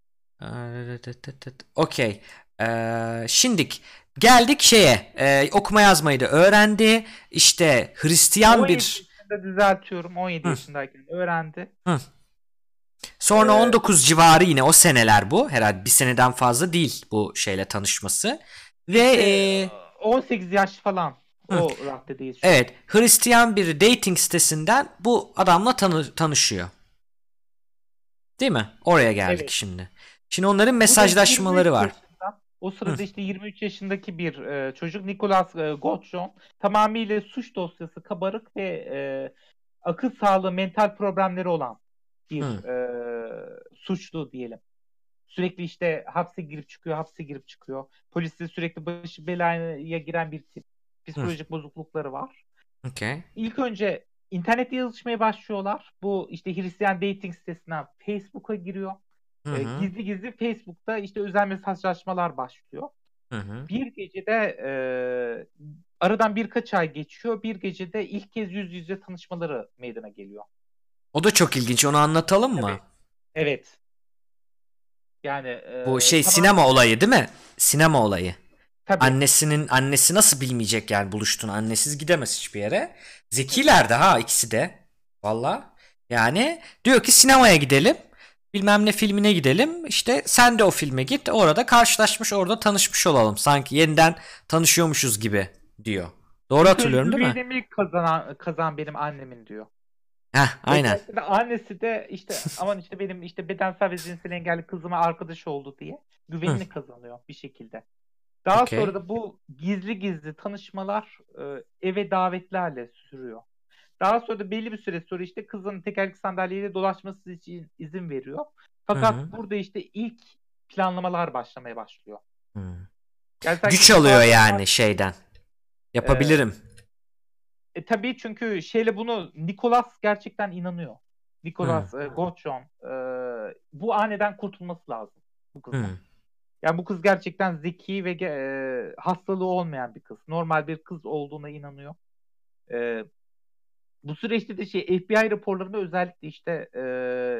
Okey. Ee, şimdik geldik şeye. Ee, okuma yazmayı da öğrendi. İşte Hristiyan on yedi bir... yaşında düzeltiyorum. on yedi Hı, yaşındayken öğrendi. hı. Sonra Ee, on dokuz civarı yine o seneler bu. Herhalde bir seneden fazla değil bu şeyle tanışması. Ve işte e, on sekiz yaş falan hı, o raddedeyiz şu an. evet Hristiyan bir dating sitesinden bu adamla tanı- tanışıyor. Değil mi? Oraya geldik Evet. şimdi. Şimdi onların Bu da yirmi üç mesajlaşmaları var. yaşında. O Hı, sırada işte yirmi üç yaşındaki bir e, çocuk Nicholas e, Goldjon tamamıyla suç dosyası kabarık ve e, akıl sağlığı mental problemleri olan bir hı, e, suçlu diyelim. Sürekli işte hapse girip çıkıyor, hapse girip çıkıyor. Poliste sürekli başı belaya giren bir tip. hı. Psikolojik bozuklukları var. Okay. İlk önce internette yazışmaya başlıyorlar. Bu işte Hristiyan dating sitesinden Facebook'a giriyor. Hı E, hı, gizli gizli Facebook'ta işte özel mesajlaşmalar başlıyor. hı hı. Bir gecede e, aradan birkaç ay geçiyor. Bir gecede ilk kez yüz yüze tanışmaları meydana geliyor. O da çok ilginç. Onu anlatalım mı? Tabii. Evet. Yani Bu e, şey sinema tamamıyla olayı değil mi? Sinema olayı. tabii. Annesinin annesi nasıl bilmeyecek yani buluştuğunu. Annesiz gidemez hiçbir yere. Zekiler de ha ikisi de. Valla. Yani diyor ki sinemaya gidelim. Bilmem ne filmine gidelim. İşte sen de o filme git. Orada karşılaşmış orada tanışmış olalım. Sanki yeniden tanışıyormuşuz gibi diyor. Doğru İlk önce hatırlıyorum değil mi? güvenimi kazanan kazan benim annemin diyor. Heh aynen. Özellikle de annesi de işte aman işte benim işte bedensel ve zihinsel engelli kızıma arkadaş oldu diye Hı, güvenini kazanıyor bir şekilde. Daha Okey. sonra da bu gizli gizli tanışmalar e, eve davetlerle sürüyor. Daha sonra da belli bir süre sonra işte kızın tekerlekli sandalyeyle dolaşması için izin veriyor. Hı Fakat hı. burada işte ilk planlamalar başlamaya başlıyor. Hı. Yani sanki Güç ilk alıyor başta yani şeyden. e, Yapabilirim. e, tabii çünkü şeyle bunu Nicholas gerçekten inanıyor. Hı. Nicholas e, Gottschalk e, bu aniden kurtulması lazım bu kızın. Hı. Yani bu kız gerçekten zeki ve e, hastalığı olmayan bir kız. Normal bir kız olduğuna inanıyor. E, Bu süreçte de şey F B I raporlarında özellikle işte e,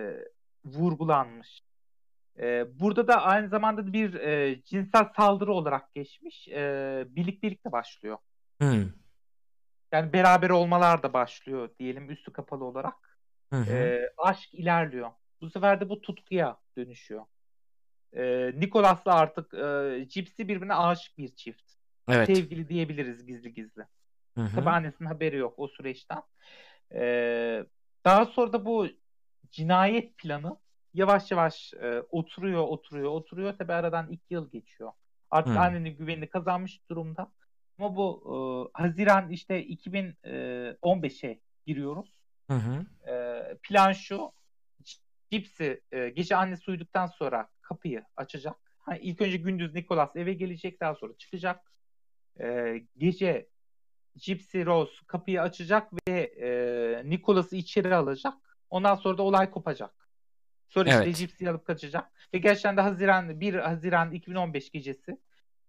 vurgulanmış. E, burada da aynı zamanda bir e, cinsel saldırı olarak geçmiş. E, birliktelik de başlıyor. Hı. Yani beraber olmalar da başlıyor diyelim üstü kapalı olarak. Hı hı. E, aşk ilerliyor. Bu sefer de bu tutkuya dönüşüyor. E, Nicholas'la artık e, Gypsy birbirine aşık bir çift. Evet. Sevgili diyebiliriz gizli gizli. Hı Tabii hı. annesinin haberi yok o süreçten. Ee, Daha sonra da bu cinayet planı yavaş yavaş e, oturuyor, oturuyor, oturuyor. Tabii aradan iki yıl geçiyor. Artık Hı. annenin güvenini kazanmış durumda. Ama bu e, Haziran işte iki bin on beşe giriyoruz. Hı hı. E, plan şu. Gypsy e, gece annesi uyuduktan sonra kapıyı açacak. Hani ilk önce gündüz Nicholas eve gelecek, daha sonra çıkacak. E, gece Gypsy Rose kapıyı açacak ve e, Nicholas'ı içeri alacak. Ondan sonra da olay kopacak. Sonra işte Evet. Gypsy'yi alıp kaçacak. Ve gerçekten de Haziran bir Haziran iki bin on beş gecesi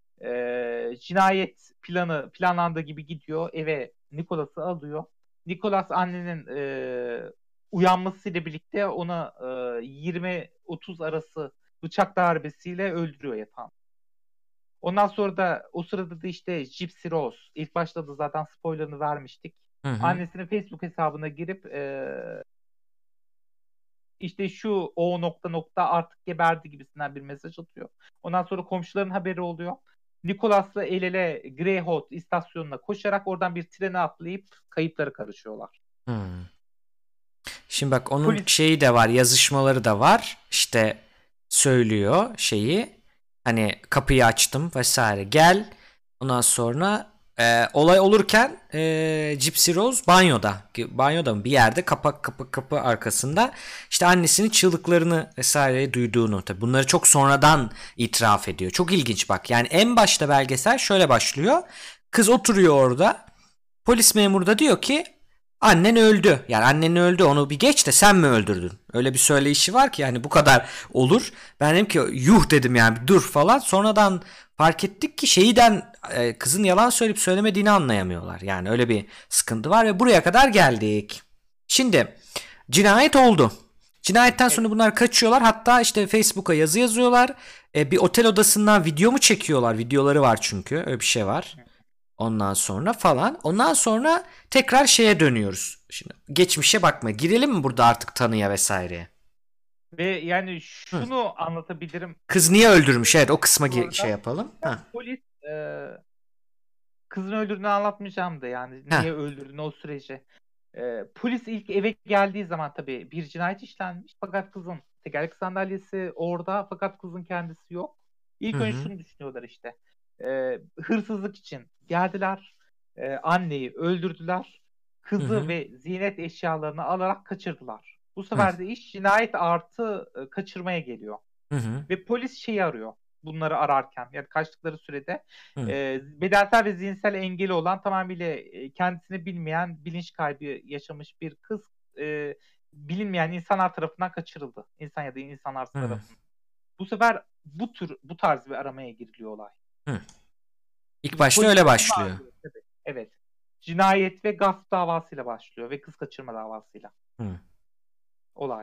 e, cinayet planı planlandığı gibi gidiyor. Eve Nicholas'ı alıyor. Nicholas annenin e, uyanmasıyla birlikte ona e, yirmi otuz arası bıçak darbesiyle öldürüyor yatağında. Ondan sonra da o sırada da işte Gypsy Rose, ilk başta da zaten spoilerını vermiştik. Hı hı. Annesinin Facebook hesabına girip e, işte şu o nokta nokta artık geberdi gibisinden bir mesaj atıyor. Ondan sonra komşuların haberi oluyor. Nicholas'la el ele Greyhound istasyonuna koşarak oradan bir trene atlayıp kayıpları karışıyorlar. Hı. Şimdi bak onun Polis şeyi de var, yazışmaları da var. İşte söylüyor şeyi. Hani kapıyı açtım vesaire. Gel. Ondan sonra e, olay olurken e, Gypsy Rose banyoda. Banyoda mı bir yerde kapak kapı kapı arkasında işte annesinin çığlıklarını vesaire duyduğunu. Tabii bunları çok sonradan itiraf ediyor. Çok ilginç bak. Yani en başta belgesel şöyle başlıyor. Kız oturuyor orada. Polis memuru da diyor ki annen öldü. Yani annen öldü, onu bir geç de sen mi öldürdün? Öyle bir söyleyişi var ki yani bu kadar olur. Ben dedim ki yuh dedim yani dur falan. Sonradan fark ettik ki şeyden e, kızın yalan söyleyip söylemediğini anlayamıyorlar. Yani öyle bir sıkıntı var ve buraya kadar geldik. Şimdi cinayet oldu. Cinayetten sonra bunlar kaçıyorlar. Hatta işte Facebook'a yazı yazıyorlar. E, bir otel odasından video mu çekiyorlar? Videoları var çünkü. Öyle bir şey var. Ondan sonra falan. Ondan sonra tekrar şeye dönüyoruz. Şimdi geçmişe bakma. Girelim mi burada artık tanıya vesaireye? ve yani Hı. şunu anlatabilirim. Kız niye öldürmüş? Evet, o kısma ge- şey Orada yapalım. yani Ha. polis e, kızın öldürdüğünü anlatmayacağım da yani Ha. niye öldürdüğünü o süreci. Ee, polis ilk eve geldiği zaman tabii bir cinayet işlenmiş fakat kızın tekerlek sandalyesi orada fakat kızın kendisi yok. Hı İlk önce hı. şunu düşünüyorlar işte. Ee, hırsızlık için geldiler. Ee, anneyi öldürdüler. Hı Kızı hı. ve ziynet eşyalarını alarak kaçırdılar. Bu Hı sefer de iş cinayet artı e, kaçırmaya geliyor. hı. Hı. Ve polis şeyi arıyor bunları ararken yani kaçtıkları sürede Hı. e, bedensel ve zihinsel engeli olan tamamıyla e, kendisini bilmeyen bilinç kaybı yaşamış bir kız e, bilinmeyen insanlar tarafından kaçırıldı. İnsan ya da insanlar Hı. tarafından. Bu sefer bu tür bu tarz bir aramaya giriliyor olay. Hı. İlk Çünkü başta polis öyle bunu başlıyor. arıyor tabii. Evet. Cinayet ve gasp davasıyla başlıyor ve kız kaçırma davasıyla Hı. olay.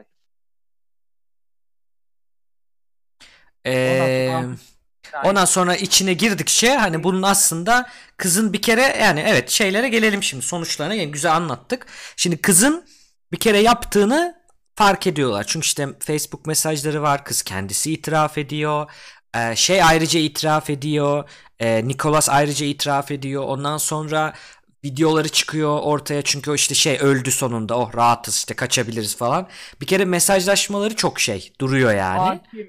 Ondan sonra Ee, artık cinayet. ondan sonra içine girdikçe hani bunun aslında kızın bir kere yani evet şeylere gelelim şimdi sonuçlarına yani güzel anlattık. Şimdi kızın bir kere yaptığını fark ediyorlar. Çünkü işte Facebook mesajları var. Kız kendisi itiraf ediyor. Ee, şey ayrıca itiraf ediyor. Ee, Nicholas ayrıca itiraf ediyor. Ondan sonra videoları çıkıyor ortaya çünkü o işte şey öldü sonunda. Oh rahatız işte kaçabiliriz falan. Bir kere mesajlaşmaları çok şey duruyor yani. Hakim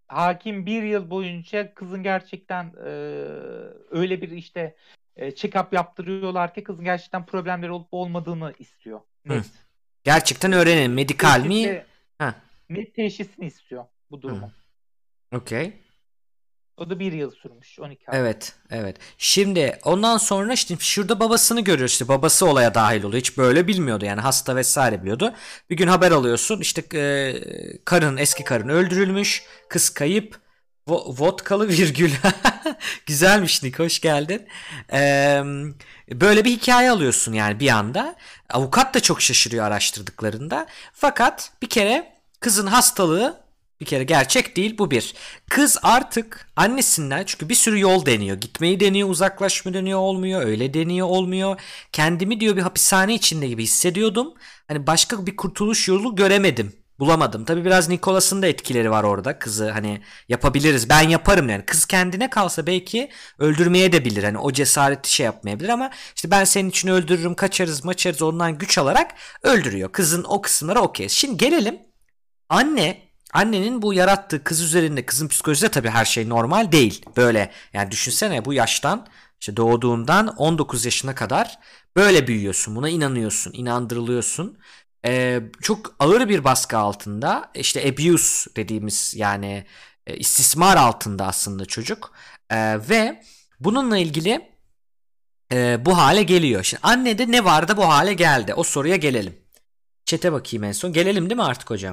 hakim bir yıl boyunca kızın gerçekten e, öyle bir işte e, check-up yaptırıyorlar ki kızın gerçekten problemleri olup olmadığını istiyor. Hı. Net. Gerçekten öğrenelim. Medikal mi? Teşhisle, Ha. net teşhisini istiyor bu Hı. durumu. Okey. O da bir yıl sürmüş. on iki ay. Evet, evet. Şimdi ondan sonra işte şurada babasını görüyoruz. İşte babası olaya dahil oluyor. Hiç böyle bilmiyordu yani, hasta vesaire biliyordu. Bir gün haber alıyorsun. İşte e, karın, eski karın öldürülmüş. Kız kayıp. Vo- vodkalı virgül. Güzelmiş Nick, hoş geldin. Ee, böyle bir hikaye alıyorsun yani bir anda. Avukat da çok şaşırıyor araştırdıklarında. Fakat bir kere kızın hastalığı bir kere gerçek değil, bu bir. Kız artık annesinden, çünkü bir sürü yol deniyor. Gitmeyi deniyor, uzaklaşma deniyor, olmuyor. Öyle deniyor, olmuyor. Kendimi diyor bir hapishane içinde gibi hissediyordum. Hani başka bir kurtuluş yolu göremedim. Bulamadım. Tabii biraz Nicholas'ın da etkileri var orada. Kızı hani yapabiliriz, ben yaparım yani. Kız kendine kalsa belki öldürmeye de bilir. Hani o cesareti şey yapmayabilir ama işte ben senin için öldürürüm, kaçarız maçarız, ondan güç alarak öldürüyor. Kızın o kısımlara okey. Şimdi gelelim anne. Annenin bu yarattığı kız üzerinde, kızın psikolojisi de tabii her şey normal değil. Böyle yani düşünsene, bu yaştan işte doğduğundan on dokuz yaşına kadar böyle büyüyorsun. Buna inanıyorsun, inandırılıyorsun. Ee, çok ağır bir baskı altında, işte abuse dediğimiz yani e, istismar altında aslında çocuk. Ee, ve bununla ilgili e, bu hale geliyor. Şimdi annede ne vardı bu hale geldi? O soruya gelelim. Çete bakayım en son. Gelelim değil mi artık hocam?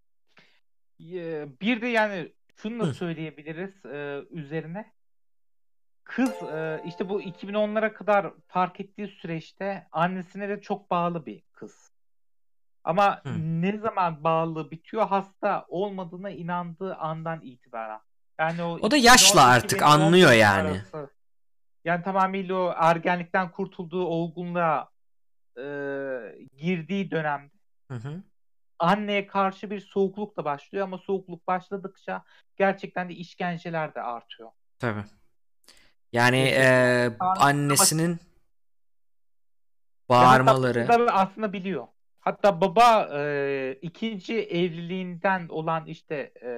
Ee, Bir de yani şunu da Hı. söyleyebiliriz e, üzerine. Kız e, işte bu iki bin onlara kadar fark ettiği süreçte annesine de çok bağlı bir kız. Ama Hı. ne zaman bağlılığı bitiyor? Hasta olmadığına inandığı andan itibaren. Yani o O da yaşla artık anlıyor iki bin on iki-iki bin on beş yani. arası. Yani tamamıyla o ergenlikten kurtulduğu olgunluğa e, girdiği dönemde Hı hı. anneye karşı bir soğukluk da başlıyor ama soğukluk başladıkça gerçekten de işkenceler de artıyor. Tabii. Yani E, eee, ama annesinin ve hatta bağırmaları. da aslında biliyor. Hatta baba e, ikinci evliliğinden olan işte e,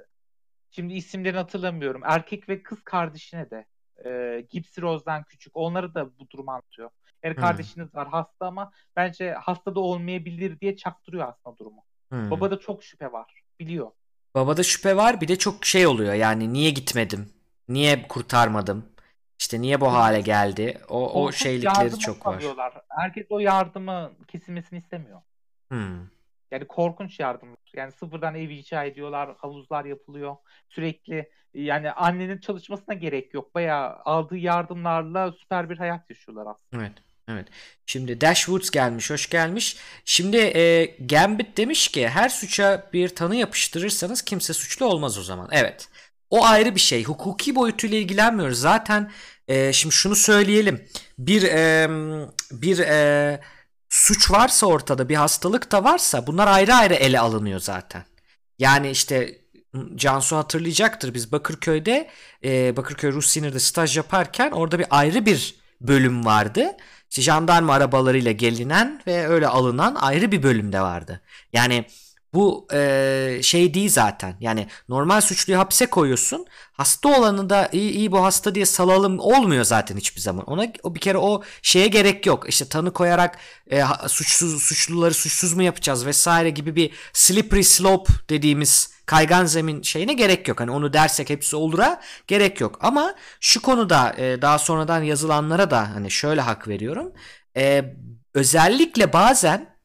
şimdi isimlerini hatırlamıyorum. Erkek ve kız kardeşine de e, Gypsy Rose'dan küçük. Onları da bu durumu anlatıyor. Yani Hı. kardeşiniz var hasta ama bence hasta da olmayabilir diye çaktırıyor aslında durumu. Hı. Babada çok şüphe var. Biliyor. Babada şüphe var, bir de çok şey oluyor yani, niye gitmedim? Niye kurtarmadım? İşte niye bu hale geldi? O o Korkunç şeylikleri yardıma çok var. sarıyorlar. Herkes o yardımı kesilmesini istemiyor. Hı. Yani korkunç yardım. Yani sıfırdan ev inşa ediyorlar, havuzlar yapılıyor. Sürekli yani annenin çalışmasına gerek yok. Bayağı aldığı yardımlarla süper bir hayat yaşıyorlar aslında. Evet. Evet. Şimdi Dashwoods gelmiş, hoş gelmiş. Şimdi e, Gambit demiş ki her suça bir tanı yapıştırırsanız kimse suçlu olmaz o zaman. Evet. O ayrı bir şey. Hukuki boyutuyla ilgilenmiyoruz. Zaten e, şimdi şunu söyleyelim. Bir e, bir e, suç varsa ortada, bir hastalık da varsa bunlar ayrı ayrı ele alınıyor zaten. Yani işte Cansu hatırlayacaktır. Biz Bakırköy'de e, Bakırköy Rus Sinir'de staj yaparken orada bir ayrı bir bölüm vardı. İşte jandarma arabalarıyla gelinen ve öyle alınan ayrı bir bölümde vardı. Yani bu e, şey değil zaten. Yani normal suçluyu hapse koyuyorsun. Hasta olanı da iyi iyi bu hasta diye salalım olmuyor zaten hiçbir zaman. Ona o bir kere o şeye gerek yok. İşte tanı koyarak e, suçsuz suçluları suçsuz mu yapacağız vesaire gibi bir slippery slope dediğimiz kaygan zemin şeyine gerek yok. Hani onu dersek hepsi olura gerek yok. Ama şu konuda e, daha sonradan yazılanlara da hani şöyle hak veriyorum. E, özellikle bazen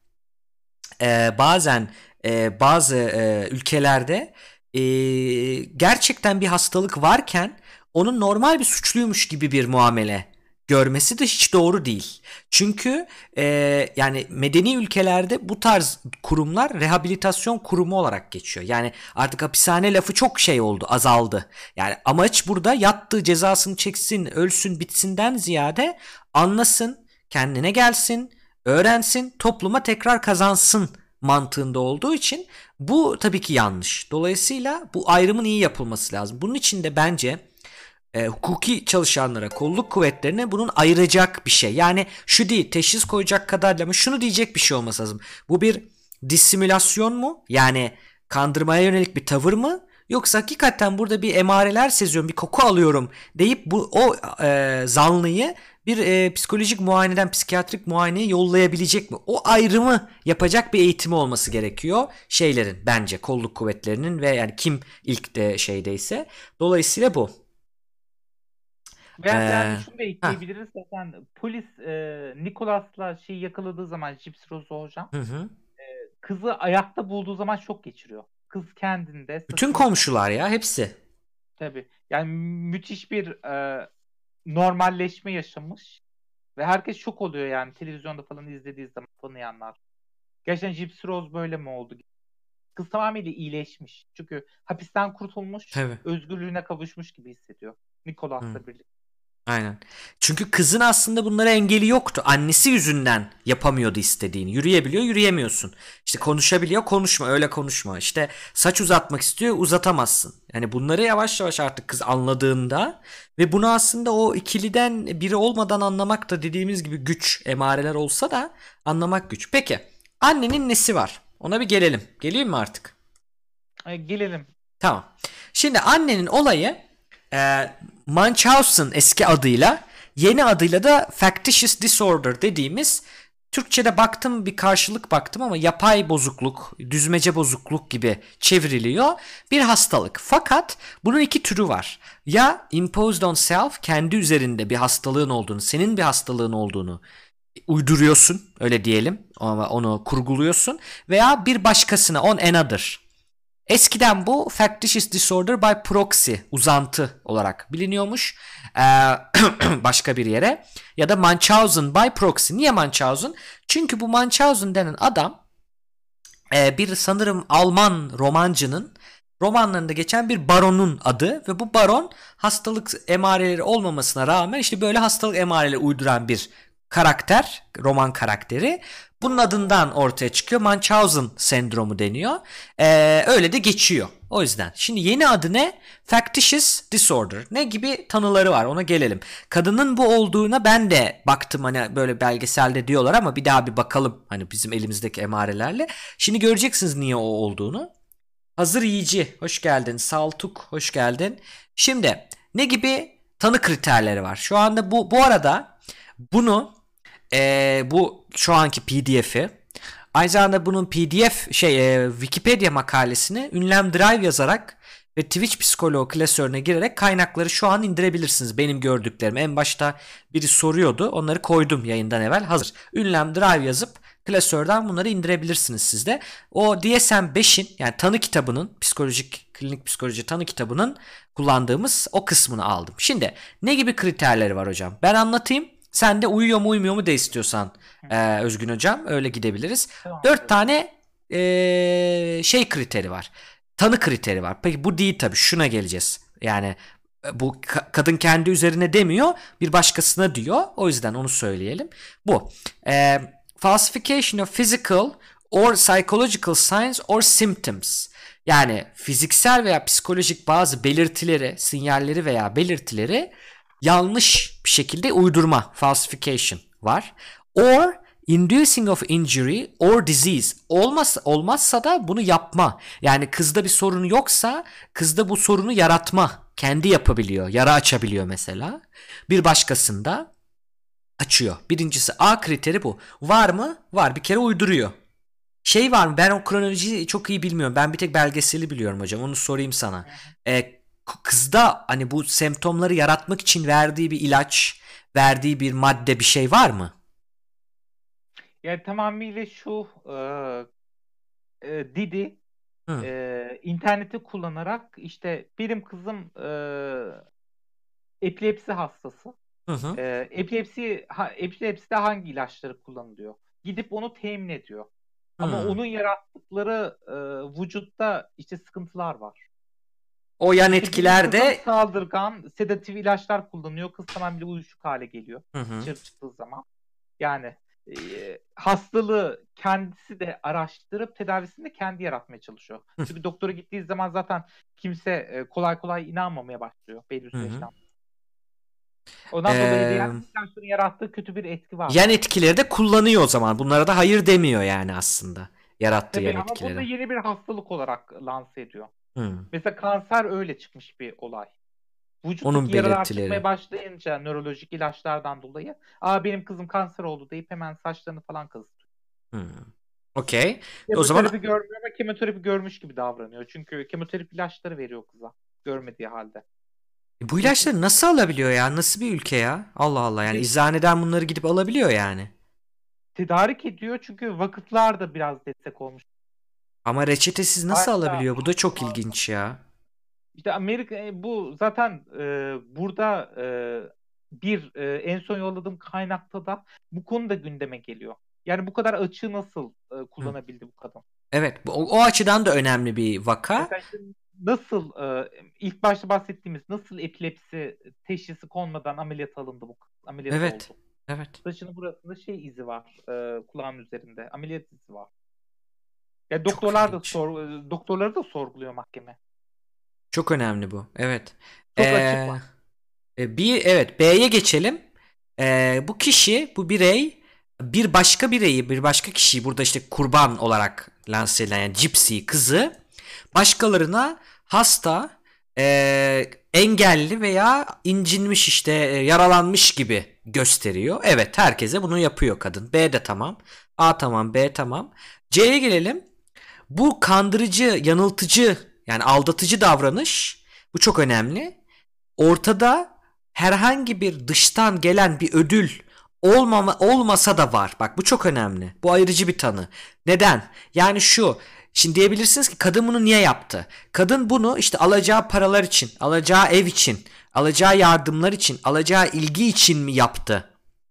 e, bazen e, bazı e, ülkelerde e, gerçekten bir hastalık varken onun normal bir suçluymuş gibi bir muamele görmesi de hiç doğru değil. Çünkü e, yani medeni ülkelerde bu tarz kurumlar rehabilitasyon kurumu olarak geçiyor. Yani artık hapishane lafı çok şey oldu, azaldı. Yani amaç burada yattığı cezasını çeksin, ölsün, bitsinden ziyade anlasın, kendine gelsin, öğrensin, topluma tekrar kazansın mantığında olduğu için bu tabii ki yanlış. Dolayısıyla bu ayrımın iyi yapılması lazım. Bunun için de bence e, hukuki çalışanlara, kolluk kuvvetlerine bunun ayıracak bir şey. Yani şu değil, teşhis koyacak kadar ama şunu diyecek bir şey olması lazım. Bu bir dissimülasyon mu? Yani kandırmaya yönelik bir tavır mı? Yoksa hakikaten burada bir emareler seziyorum, bir koku alıyorum deyip bu o e, zanlıyı bir e, psikolojik muayeneden psikiyatrik muayeneye yollayabilecek mi? O ayrımı yapacak bir eğitimi olması gerekiyor şeylerin, bence kolluk kuvvetlerinin ve yani kim ilk de şeydeyse. Dolayısıyla bu. Veya Ee, yani şunu da heh, ekleyebiliriz zaten polis e, Nicholas'la şeyi yakaladığı zaman Gypsy Rose'u hocam hı hı. kızı ayakta bulduğu zaman şok geçiriyor. Kız kendinde Bütün sırtını komşular ya, hepsi. tabii yani müthiş bir e, normalleşme yaşamış ve herkes şok oluyor yani televizyonda falan izlediği zaman tanıyanlar. Gerçekten Gypsy Rose böyle mi oldu? Kız tamamıyla iyileşmiş. Çünkü hapisten kurtulmuş, Tabii. özgürlüğüne kavuşmuş gibi hissediyor. Hı. Nicholas'la birlikte. Aynen. Çünkü kızın aslında bunlara engeli yoktu. Annesi yüzünden yapamıyordu istediğini. Yürüyebiliyor, yürüyemiyorsun. İşte konuşabiliyor, konuşma, öyle konuşma. İşte saç uzatmak istiyor, uzatamazsın. Yani bunları yavaş yavaş artık kız anladığında ve bunu aslında o ikiliden biri olmadan anlamak da dediğimiz gibi güç. Emareler olsa da anlamak güç. Peki, annenin nesi var? Ona bir gelelim. Geleyim mi artık? E, gelelim. Tamam. Şimdi annenin olayı e, Munchausen eski adıyla, yeni adıyla da factitious disorder dediğimiz, Türkçe'de baktım, bir karşılık baktım ama yapay bozukluk, düzmece bozukluk gibi çevriliyor. Bir hastalık. Fakat bunun iki türü var. Ya imposed on self, kendi üzerinde bir hastalığın olduğunu, senin bir hastalığın olduğunu uyduruyorsun, öyle diyelim, ama onu kurguluyorsun, veya bir başkasına, on another. Eskiden bu factitious disorder by proxy, uzantı olarak biliniyormuş ee, başka bir yere, ya da Munchausen by proxy. Niye Munchausen? Çünkü bu Munchausen denen adam e, bir sanırım Alman romancının romanlarında geçen bir baronun adı ve bu baron hastalık emareleri olmamasına rağmen işte böyle hastalık emareleri uyduran bir karakter, roman karakteri. Bunun adından ortaya çıkıyor. Munchausen sendromu deniyor. Ee, öyle de geçiyor. O yüzden. Şimdi yeni adı ne? Factitious disorder. Ne gibi tanıları var? Ona gelelim. Kadının bu olduğuna ben de baktım, hani böyle belgeselde diyorlar ama bir daha bir bakalım hani bizim elimizdeki emarelerle. Şimdi göreceksiniz niye o olduğunu. Hazır Yiyici hoş geldin. Saltuk hoş geldin. Şimdi ne gibi tanı kriterleri var? Şu anda bu bu arada bunu ee, bu şu anki P D F'i, aynı zamanda bunun P D F şey e, Wikipedia makalesini Ünlem Drive yazarak ve Twitch psikoloğu klasörüne girerek kaynakları şu an indirebilirsiniz. Benim gördüklerim en başta biri soruyordu, onları koydum yayından evvel, hazır. Ünlem Drive yazıp klasörden bunları indirebilirsiniz siz de. O D S M beşin yani tanı kitabının, psikolojik klinik psikoloji tanı kitabının kullandığımız o kısmını aldım. Şimdi ne gibi kriterleri var hocam? Ben anlatayım. Sen de uyuyor mu uymuyor mu de istiyorsan e, Özgün hocam, öyle gidebiliriz. Tamam. Dört tane e, şey kriteri var. Tanı kriteri var. Peki bu değil tabii, şuna geleceğiz. Yani bu ka- kadın kendi üzerine demiyor, bir başkasına diyor. O yüzden onu söyleyelim. Bu. E, falsification of physical or psychological signs or symptoms. Yani fiziksel veya psikolojik bazı belirtileri, sinyalleri veya belirtileri yanlış bir şekilde uydurma, falsification var. Or inducing of injury or disease. Olmaz, olmazsa da bunu yapma. Yani kızda bir sorun yoksa kızda bu sorunu yaratma. Kendi yapabiliyor. Yara açabiliyor mesela. Bir başkasında açıyor. Birincisi A kriteri bu. Var mı? Var. Bir kere uyduruyor. Şey var mı? Ben o kronolojiyi çok iyi bilmiyorum. Ben bir tek belgeseli biliyorum hocam. Onu sorayım sana. Ee, kızda hani bu semptomları yaratmak için verdiği bir ilaç, verdiği bir madde, bir şey var mı? Yani tamamıyla şu e, e, Didi Hı. e, interneti kullanarak işte benim kızım e, epilepsi hastası. Hı hı. E, epilepsi ha, epilepside hangi ilaçları kullanılıyor? Gidip onu temin ediyor. Ama Hı. onun yarattıkları e, vücutta işte sıkıntılar var. O yan İşte benim etkiler kızım de saldırgan, sedatif ilaçlar kullanıyor. Kız tamamıyla uyuşuk hale geliyor hı hı. dışarı çıktığı zaman. Yani e, hastalığı kendisi de araştırıp tedavisini de kendi yaratmaya çalışıyor. Hı. Çünkü doktora gittiği zaman zaten kimse e, kolay kolay inanmamaya başlıyor belli Hı hı. süreçten. Ondan dolayı da Ee, yani ilaçların yarattığı kötü bir etki var. yan etkileri de kullanıyor o zaman. Bunlara da hayır demiyor yani aslında. Yarattığı Tabii yan ama bunu da etkilere. yeni bir hastalık olarak lanse ediyor. Hmm. Mesela kanser öyle çıkmış bir olay. Onun Vücuttaki yaralar çıkmaya belirtileri. başlayınca nörolojik ilaçlardan dolayı, aa benim kızım kanser oldu deyip hemen saçlarını falan kazıtıyor. Hmm. Okey. O Kemoterapi zaman görmüyor ama kemoterapi görmüş gibi davranıyor. Çünkü kemoterapi ilaçları veriyor kıza. Görmediği halde. bu Geçmiş ilaçları nasıl alabiliyor ya? Nasıl bir ülke ya? Allah Allah, yani işte eczaneden bunları gidip alabiliyor yani. tedarik ediyor çünkü vakıflar da biraz destek olmuş. Ama reçetesiz nasıl Başta alabiliyor? Bu da çok ilginç ya. işte Amerika e, bu zaten e, burada e, bir e, en son yolladığım kaynakta da bu konu da gündeme geliyor. Yani bu kadar açığı nasıl e, Hı. kullanabildi bu kadın? Evet, o, o açıdan da önemli bir vaka. Mesela işte nasıl e, ilk başta bahsettiğimiz nasıl epilepsi teşhisi konmadan ameliyat alındı bu kız? Ameliyat Evet. oldu. Evet. Saçının burasında şey izi var. E, kulağın üzerinde. Ameliyat izi var. Ya Çok doktorlar da ilginç. sor, e, doktorları da sorguluyor mahkeme. Çok önemli bu. Evet. Çok açık Ee, var. e, bir evet B'ye geçelim. Ee, bu kişi, bu birey bir başka bireyi, bir başka kişiyi burada işte kurban olarak lanse edilen, yani Gypsy kızı başkalarına hasta, e, engelli veya incinmiş, işte e, yaralanmış gibi gösteriyor. Evet, herkese bunu yapıyor kadın. B de tamam. A tamam, B tamam. C'ye gelelim. Bu kandırıcı, yanıltıcı, yani aldatıcı davranış, bu çok önemli. Ortada herhangi bir dıştan gelen bir ödül olmama, olmasa da var. Bak, bu çok önemli. Bu ayrıcı bir tanı. Neden? Yani şu. Şimdi diyebilirsiniz ki kadın bunu niye yaptı? Kadın bunu işte alacağı paralar için, alacağı ev için, alacağı yardımlar için, alacağı ilgi için mi yaptı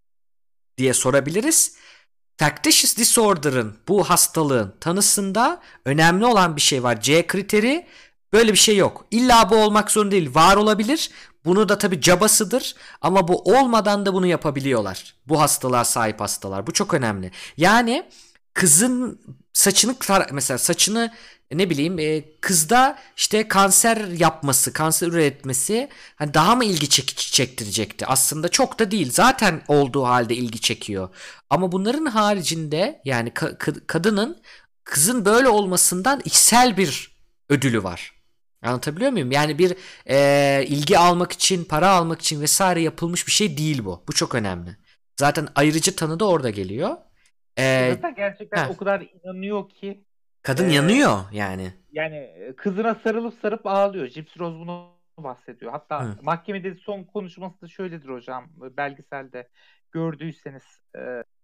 diye sorabiliriz. Factitious disorder'ın, bu hastalığın tanısında önemli olan bir şey var. C kriteri, böyle bir şey yok. İlla bu olmak zorunda değil. Var olabilir. Bunu da tabii cabasıdır. Ama bu olmadan da bunu yapabiliyorlar. Bu hastalığa sahip hastalar. Bu çok önemli. Yani kızın saçını, mesela saçını, ne bileyim, e, kızda işte kanser yapması, kanser üretmesi hani daha mı ilgi çekici çektirecekti? Aslında çok da değil. Zaten olduğu halde ilgi çekiyor. Ama bunların haricinde, yani ka- ka- kadının, kızın böyle olmasından içsel bir ödülü var. Anlatabiliyor muyum? Yani bir e, ilgi almak için, para almak için vesaire yapılmış bir şey değil bu. Bu çok önemli. Zaten ayrıcı tanı da orada geliyor. Ya E, zaten gerçekten heh, o kadar inanıyor ki kadın e, yanıyor yani. yani e, kızına sarılıp sarıp ağlıyor. Gypsy Rose bunu bahsediyor. Hatta Hı. mahkemede son konuşması da şöyledir hocam. Belgeselde gördüyseniz. E,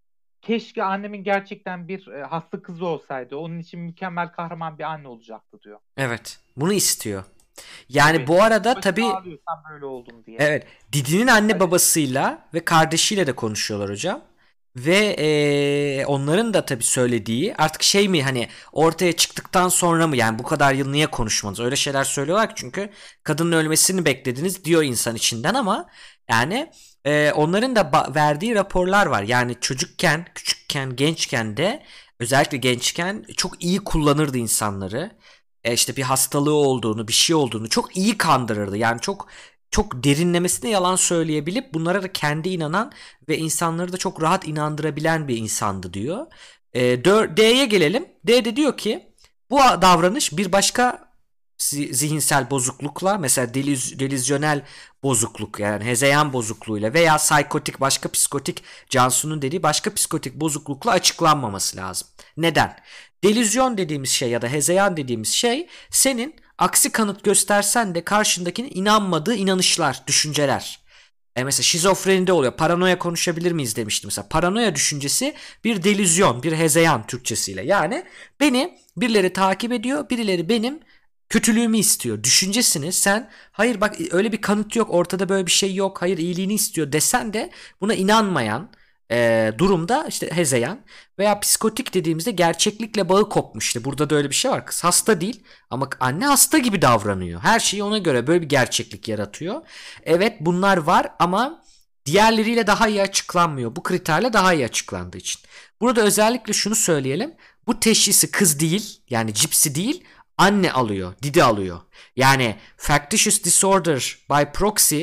keşke annemin gerçekten bir e, hasta kızı olsaydı. Onun için mükemmel kahraman bir anne olacaktı diyor. Evet. Bunu istiyor. Yani Tabii. bu arada Başına tabii, ağlıyor sen böyle oldun diye. evet, Didi'nin anne Hadi. babasıyla ve kardeşiyle de konuşuyorlar hocam. Ve eee, onların da tabii söylediği, artık şey mi, hani ortaya çıktıktan sonra mı, yani bu kadar yıl niye konuşmadınız? Öyle şeyler söylüyorlar ki, çünkü kadının ölmesini beklediniz diyor insan içinden, ama yani eee, onların da ba- verdiği raporlar var. Yani çocukken, küçükken, gençken de, özellikle gençken çok iyi kullanırdı insanları. E işte bir hastalığı olduğunu, bir şey olduğunu çok iyi kandırırdı. Yani çok çok derinlemesine yalan söyleyebilip bunlara da kendi inanan ve insanları da çok rahat inandırabilen bir insandı diyor. E, D'ye gelelim. D de diyor ki bu davranış bir başka zihinsel bozuklukla, mesela deliz, delizyonel bozukluk, yani hezeyan bozukluğuyla veya psikotik, başka psikotik, Cansu'nun dediği başka psikotik bozuklukla açıklanmaması lazım. Neden? Delüzyon dediğimiz şey ya da hezeyan dediğimiz şey, senin aksi kanıt göstersen de karşındakinin inanmadığı inanışlar, düşünceler. E mesela şizofrenide oluyor. Paranoya konuşabilir miyiz demiştim. Mesela paranoya düşüncesi bir delüzyon, bir hezeyan Türkçesiyle. Yani beni birileri takip ediyor, birileri benim kötülüğümü istiyor. Düşüncesini sen, hayır bak öyle bir kanıt yok, ortada böyle bir şey yok, hayır iyiliğini istiyor desen de buna inanmayan e, durumda işte hezeyan. Veya psikotik dediğimizde gerçeklikle bağı kopmuş. İşte burada da öyle bir şey var. Kız hasta değil ama anne hasta gibi davranıyor. Her şeyi ona göre, böyle bir gerçeklik yaratıyor. Evet, bunlar var ama diğerleriyle daha iyi açıklanmıyor. Bu kriterle daha iyi açıklandığı için. Burada özellikle şunu söyleyelim. Bu teşhisi kız değil, yani Gypsy değil, anne alıyor, Didi alıyor. Yani factitious disorder by proxy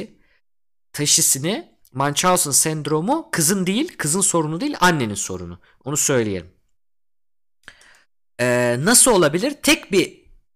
teşhisini, Munchausen sendromu kızın değil, kızın sorunu değil, annenin sorunu. Onu söyleyelim. Ee, nasıl olabilir? Tek bir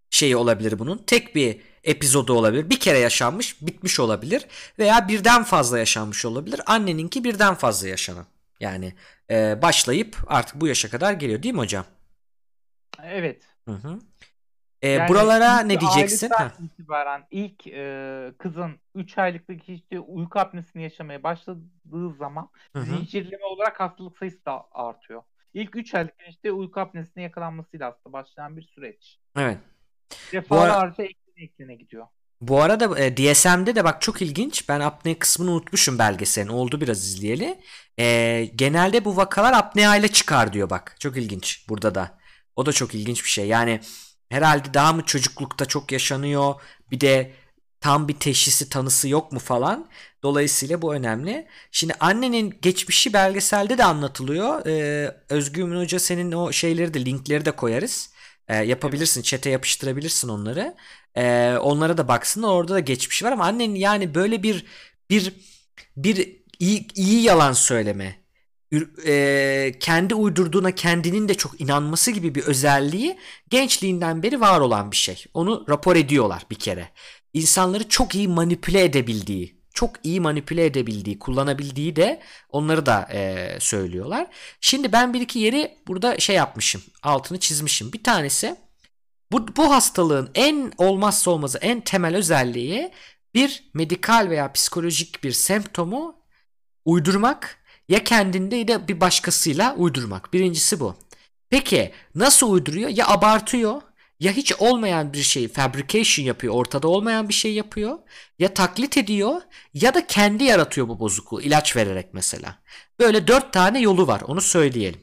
şeyi olabilir bunun. Tek bir epizodu olabilir. Bir kere yaşanmış, bitmiş olabilir. Veya birden fazla yaşanmış olabilir. Anneninki birden fazla yaşanan. Yani e, başlayıp artık bu yaşa kadar geliyor değil mi hocam? Evet. Hı hı. E, Yani buralara ilk ne diyeceksin? aylıktan Heh. itibaren ilk e, kızın üç aylıktaki işte uyku apnesini yaşamaya başladığı zaman Hı hı. zincirleme olarak hastalık sayısı da artıyor. İlk üç aylıkken işte uyku apnesine yakalanmasıyla aslında başlayan bir süreç. Evet. Bu ara, Defalarca eklene eklene gidiyor. bu arada e, D S M'de de bak çok ilginç. Ben apne kısmını unutmuşum belgeselin. Oldu biraz izleyeli. E, genelde bu vakalar apnea ile çıkar diyor bak. Çok ilginç burada da. O da çok ilginç bir şey. Yani herhalde daha mı çocuklukta çok yaşanıyor. Bir de tam bir teşhisi tanısı yok mu falan. Dolayısıyla bu önemli. Şimdi annenin geçmişi belgeselde de anlatılıyor. Ee, Özgür Ümit Hoca senin o şeyleri de linkleri de koyarız. Ee, Evet. yapabilirsin. Chat'e yapıştırabilirsin onları. Ee, onlara da baksınlar. Orada da geçmişi var ama annenin yani böyle bir bir bir iyi, iyi yalan söyleme, e, kendi uydurduğuna kendinin de çok inanması gibi bir özelliği gençliğinden beri var olan bir şey. Onu rapor ediyorlar bir kere. İnsanları çok iyi manipüle edebildiği, çok iyi manipüle edebildiği, kullanabildiği de onları da e, söylüyorlar. Şimdi ben bir iki yeri burada şey yapmışım, altını çizmişim. Bir tanesi bu, bu hastalığın en olmazsa olmazı, en temel özelliği bir medikal veya psikolojik bir semptomu uydurmak, ya kendinde ya da bir başkasıyla uydurmak. Birincisi bu. Peki nasıl uyduruyor? Ya abartıyor, ya hiç olmayan bir şeyi fabrication yapıyor, ortada olmayan bir şey yapıyor, ya taklit ediyor ya da kendi yaratıyor bu bozukluğu ilaç vererek mesela. Böyle dört tane yolu var, onu söyleyelim.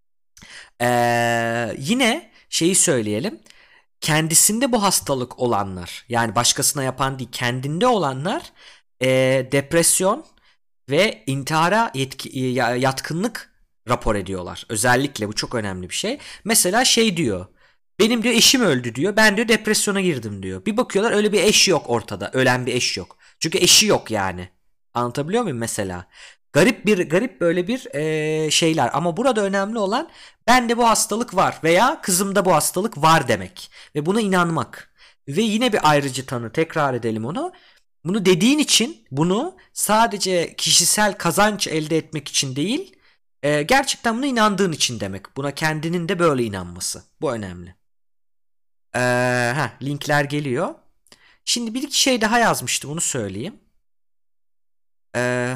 Ee, yine şeyi söyleyelim. Kendisinde bu hastalık olanlar, yani başkasına yapan değil kendinde olanlar e, depresyon ve intihara yetki, yatkınlık rapor ediyorlar. Özellikle bu çok önemli bir şey. Mesela şey diyor. Benim diyor eşim öldü diyor. Ben diyor depresyona girdim diyor. Bir bakıyorlar öyle bir eş yok ortada. Ölen bir eş yok. Çünkü eşi yok yani. Anlatabiliyor muyum mesela? Garip bir garip böyle bir e, şeyler. Ama burada önemli olan bende bu hastalık var veya kızımda bu hastalık var demek. Ve buna inanmak. Ve yine bir ayrıcı tanı, tekrar edelim onu. Bunu dediğin için bunu sadece kişisel kazanç elde etmek için değil, e, gerçekten buna inandığın için demek. Buna kendinin de böyle inanması. Bu önemli. Ee, heh, linkler geliyor. Şimdi bir iki şey daha yazmıştım, onu söyleyeyim. Ee,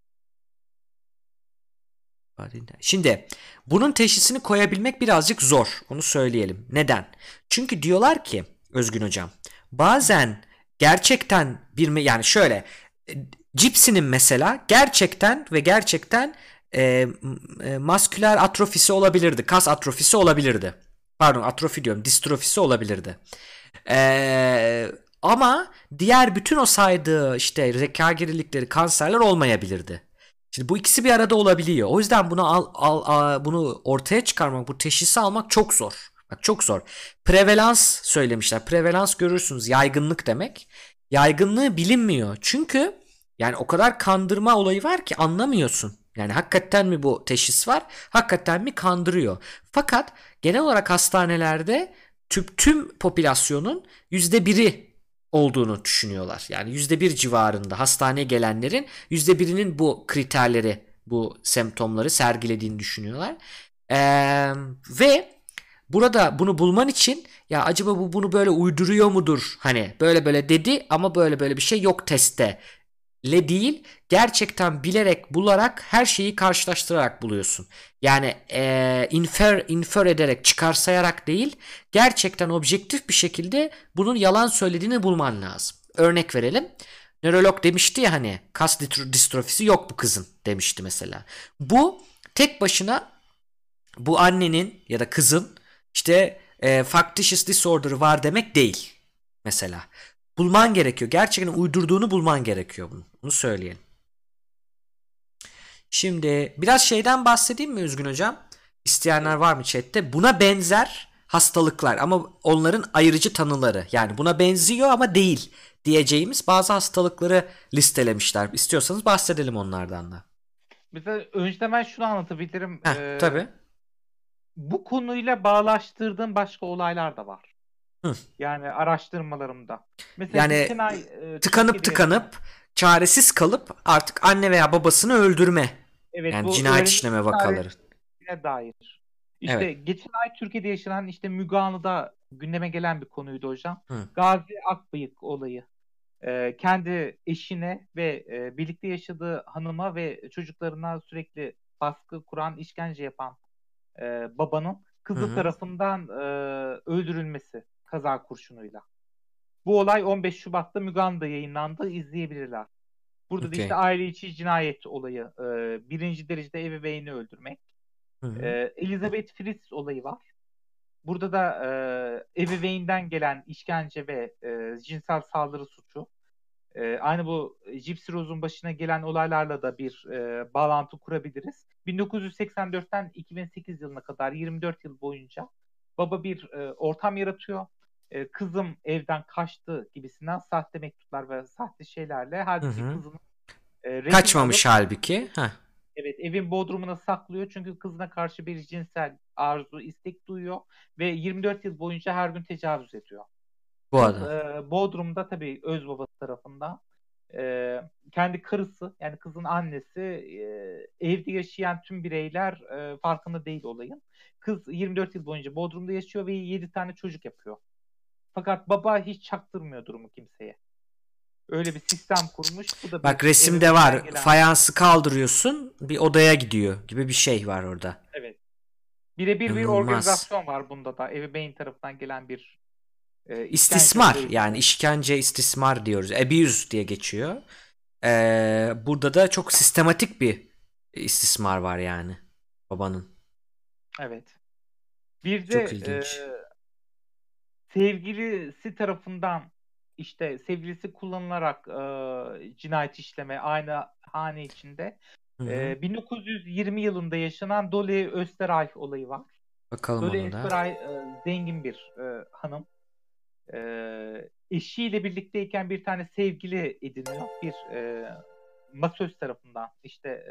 şimdi bunun teşhisini koyabilmek birazcık zor. Onu söyleyelim. Neden? Çünkü diyorlar ki Özgün Hocam, bazen gerçekten bir yani şöyle e, Cipsi'nin mesela gerçekten ve gerçekten e, e, masküler atrofisi olabilirdi. Kas atrofisi olabilirdi. Pardon, atrofi diyorum. Distrofisi olabilirdi. Ee, ama diğer bütün o saydığı işte zeka gerilikleri, kanserler olmayabilirdi. Şimdi bu ikisi bir arada olabiliyor. O yüzden bunu al, al, al bunu ortaya çıkarmak, bu teşhisi almak çok zor. Bak çok zor. Prevalans söylemişler. Prevalans görürsünüz, yaygınlık demek. Yaygınlığı bilinmiyor. Çünkü yani o kadar kandırma olayı var ki anlamıyorsun. Yani hakikaten mi bu teşhis var? Hakikaten mi kandırıyor? Fakat genel olarak hastanelerde tüm, tüm popülasyonun yüzde biri olduğunu düşünüyorlar. Yani yüzde bir civarında hastaneye gelenlerin yüzde birinin bu kriterleri, bu semptomları sergilediğini düşünüyorlar. Ee, ve burada bunu bulman için ya acaba bu bunu böyle uyduruyor mudur? Hani böyle böyle dedi ama böyle böyle bir şey yok testte. Le değil, gerçekten bilerek bularak her şeyi karşılaştırarak buluyorsun. Yani e, infer infer ederek, çıkarsayarak değil, gerçekten objektif bir şekilde bunun yalan söylediğini bulman lazım. Örnek verelim. Nörolog demişti ya hani kas distrofisi yok bu kızın demişti mesela. Bu tek başına bu annenin ya da kızın işte e, factitious disorder var demek değil mesela. Bulman gerekiyor. Gerçekten uydurduğunu bulman gerekiyor bunu. Bunu söyleyelim. Şimdi biraz şeyden bahsedeyim mi Özgün Hocam? İsteyenler var mı chatte? Buna benzer hastalıklar ama onların ayrıcı tanıları. Yani buna benziyor ama değil diyeceğimiz bazı hastalıkları listelemişler. İstiyorsanız bahsedelim onlardan da. Mesela önceden ben şunu anlatabilirim. Heh, Ee, tabii. bu konuyla bağlaştırdığım başka olaylar da var. Hı. Yani araştırmalarımda. Mesela Yani geçen ay e, tıkanıp Türkiye'de yaşanan, tıkanıp çaresiz kalıp artık anne veya babasını öldürme. evet, Yani bu cinayet öğrenilmiş işleme vakaları. çaresizliğine dair. Evet. İşte geçen ay Türkiye'de yaşanan işte Müge Anlı'da gündeme gelen bir konuydu hocam. Hı. Gazi Akbıyık olayı. E, kendi eşine ve e, birlikte yaşadığı hanıma ve çocuklarına sürekli baskı kuran, işkence yapan e, babanın Hı kızı hı. tarafından e, öldürülmesi kaza kurşunuyla. Bu olay on beş Şubat'ta Müge Anlı'da yayınlandı. İzleyebilirler. Burada da işte Okey. aile içi cinayet olayı. E, birinci derecede ebeveyni öldürmek. Hı hı. E, Elizabeth Fritz olayı var. Burada da e, ebeveynden gelen işkence ve e, cinsel saldırı suçu. E, aynı bu Gypsy Rose'un başına gelen olaylarla da bir e, bağlantı kurabiliriz. bin dokuz yüz seksen dörtten iki bin sekiz yılına kadar yirmi dört yıl boyunca baba bir e, ortam yaratıyor. E, kızım evden kaçtı gibisinden sahte mektuplar ve sahte şeylerle, Hı halbuki hı. kızının e, rehin Kaçmamış alıp, halbuki. Heh. evet, evin bodrumuna saklıyor. Çünkü kızına karşı bir cinsel arzu, istek duyuyor ve yirmi dört yıl boyunca her gün tecavüz ediyor. Bu Kız adam. e, Bodrum'da, tabii öz babası tarafından, e, kendi karısı, yani kızın annesi, e, evde yaşayan tüm bireyler e, farkında değil olayın. Kız yirmi dört yıl boyunca Bodrum'da yaşıyor ve yedi tane çocuk yapıyor. Fakat baba hiç çaktırmıyor durumu kimseye. Öyle bir sistem kurmuş. Bu da Bak bir resimde ebeveynden var. gelen, Fayansı kaldırıyorsun. Bir odaya gidiyor gibi bir şey var orada. evet. Birebir bir İnanılmaz. organizasyon var bunda da. Ebeveyn tarafından gelen bir e, işkence İstismar, olayı yani gibi. işkence, istismar diyoruz. Abuse diye geçiyor. Ee, burada da çok sistematik bir istismar var yani babanın. Evet. Bir Çok de e, ilginç. sevgilisi tarafından, işte sevgilisi kullanılarak e, cinayet işleme aynı hane içinde. Hı hı. E, bin dokuz yüz yirmi yılında yaşanan Dolly Österreich olayı var. Bakalım Dolly ona da. Österreich e, zengin bir e, hanım. E, eşiyle birlikteyken bir tane sevgili ediniyor. Bir e, masöz tarafından, işte e,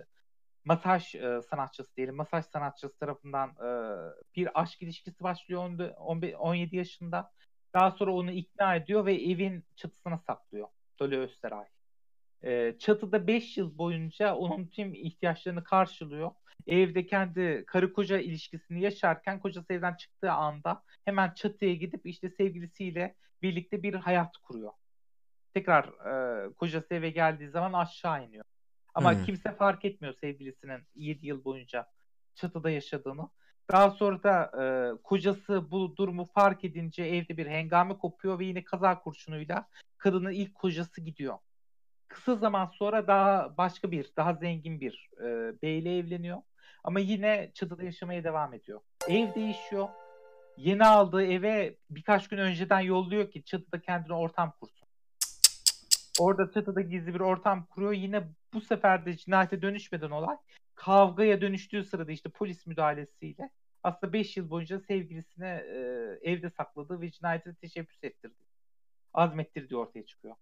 masaj e, sanatçısı diyelim, masaj sanatçısı tarafından e, bir aşk ilişkisi başlıyor on yedi yaşında. Daha sonra onu ikna ediyor ve evin çatısına saklıyor Dolly Österreich. E, çatıda beş yıl boyunca onun tüm ihtiyaçlarını karşılıyor. Evde kendi karı koca ilişkisini yaşarken, kocası evden çıktığı anda hemen çatıya gidip işte sevgilisiyle birlikte bir hayat kuruyor. Tekrar e, kocası eve geldiği zaman aşağı iniyor. Ama Hı kimse fark etmiyor sevgilisinin yedi yıl boyunca çatıda yaşadığını. Daha sonra da e, kocası bu durumu fark edince evde bir hengame kopuyor ve yine kaza kurşunuyla kadının ilk kocası gidiyor. Kısa zaman sonra daha başka bir, daha zengin bir e, beyle evleniyor. Ama yine çatıda yaşamaya devam ediyor. Ev değişiyor. Yeni aldığı eve birkaç gün önceden yolluyor ki çatıda kendine ortam kursun. Orada çatıda gizli bir ortam kuruyor. Yine bu sefer de cinayete dönüşmeden olay kavgaya dönüştüğü sırada işte polis müdahalesiyle aslında beş yıl boyunca sevgilisine e, evde sakladığı ve cinayete teşebbüs ettirdiği, azmettirdiği ortaya çıkıyor.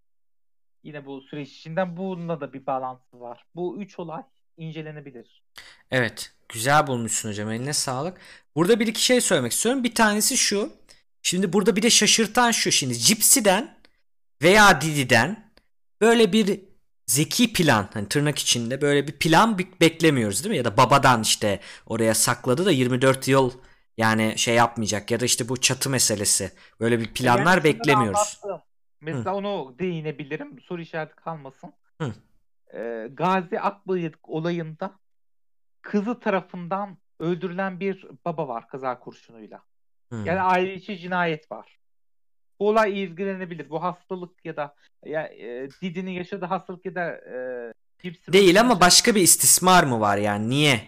Yine bu süreç içinden bununla da bir bağlantısı var. Bu üç olay incelenebilir. Evet. Güzel bulmuşsun hocam. Eline sağlık. Burada bir iki şey söylemek istiyorum. Bir tanesi şu. Şimdi burada bir de şaşırtan şu. Şimdi Gypsy'den veya Didi'den böyle bir zeki plan, hani tırnak içinde böyle bir plan beklemiyoruz değil mi? Ya da babadan işte oraya sakladı da yirmi dört yıl yani şey yapmayacak, ya da işte bu çatı meselesi. Böyle bir E yani planlar şurada da beklemiyoruz. anlattım. Hı, Mesela onu değinebilirim. Soru işareti kalmasın. hı, Ee, Gazi Akbayık olayında kızı tarafından öldürülen bir baba var kaza kurşunuyla. Yani hı. aile içi cinayet var. Bu olay ilgilenebilir. Bu hastalık ya da ya, e, Didi'nin yaşadığı hastalık ya da e, Gypsy Değil Rose'un ama yaşadığı başka bir istismar mı var yani? Niye?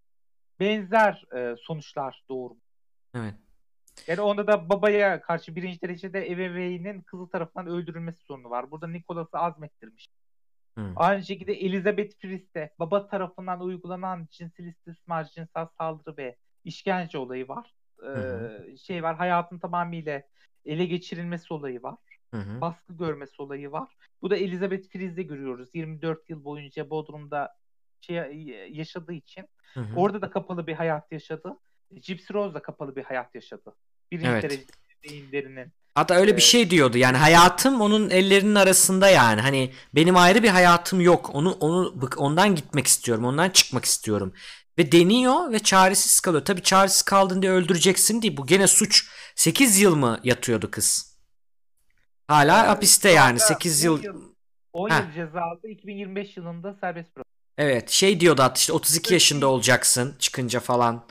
benzer e, sonuçlar doğurur. Evet. Yani onda da babaya karşı birinci derecede ebeveynin kızı tarafından öldürülmesi sorunu var. Burada Nicholas'ı azmettirmiş. Hı, Aynı şekilde Elizabeth Fritz'te baba tarafından uygulanan cinsel istismar, cinsel saldırı ve işkence olayı var. hı, hı, Ee, şey var, hayatın tamamıyla ele geçirilmesi olayı var. hı, hı. Baskı görmesi olayı var. Bu da Elizabeth Fritz'de görüyoruz. yirmi dört yıl boyunca Bodrum'da şey yaşadığı için. Hı hı. Orada da kapalı bir hayat yaşadı. Gypsy Rose da kapalı bir hayat yaşadı. Birinci Evet. derecede beyinlerinin. Hatta öyle bir şey diyordu. Yani hayatım onun ellerinin arasında yani. Hani benim ayrı bir hayatım yok. Onu onu ondan gitmek istiyorum. Ondan çıkmak istiyorum. Ve deniyor ve çaresiz kalıyor. Tabii çaresiz kaldın diye öldüreceksin değil. Bu gene suç. sekiz yıl mı yatıyordu kız? Hala Ee, hapiste şu yani. anda sekiz on yıl. yıl on Heh, yıl ceza aldı. iki bin yirmi beş yılında serbest bırakıldı. evet. Şey diyordu hatta işte otuz iki yaşında Şey, olacaksın çıkınca falan.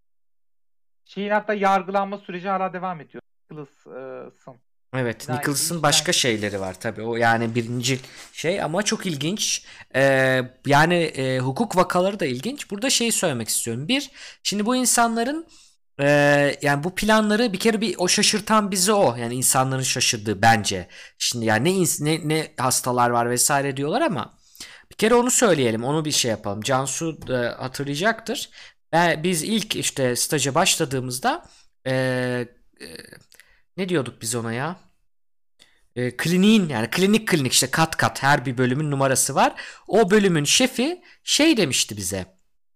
şeyin hatta yargılanma süreci hala devam ediyor. Nicholas'ın Evet, cinayeti Nichols'ın başka işlenmiş. şeyleri var tabii. O yani birinci şey ama çok ilginç. Ee, yani e, hukuk vakaları da ilginç. Burada şeyi söylemek istiyorum. Bir, şimdi bu insanların e, yani bu planları bir kere bir o şaşırtan bizi o. Yani insanların şaşırdığı bence. Şimdi yani ne ins- ne, ne hastalar var vesaire diyorlar ama bir kere onu söyleyelim. Onu bir şey yapalım. Cansu da hatırlayacaktır. Ben, biz ilk işte staja başladığımızda e, e, ne diyorduk biz ona ya? E, kliniğin yani klinik klinik işte kat kat her bir bölümün numarası var. O bölümün şefi şey demişti bize.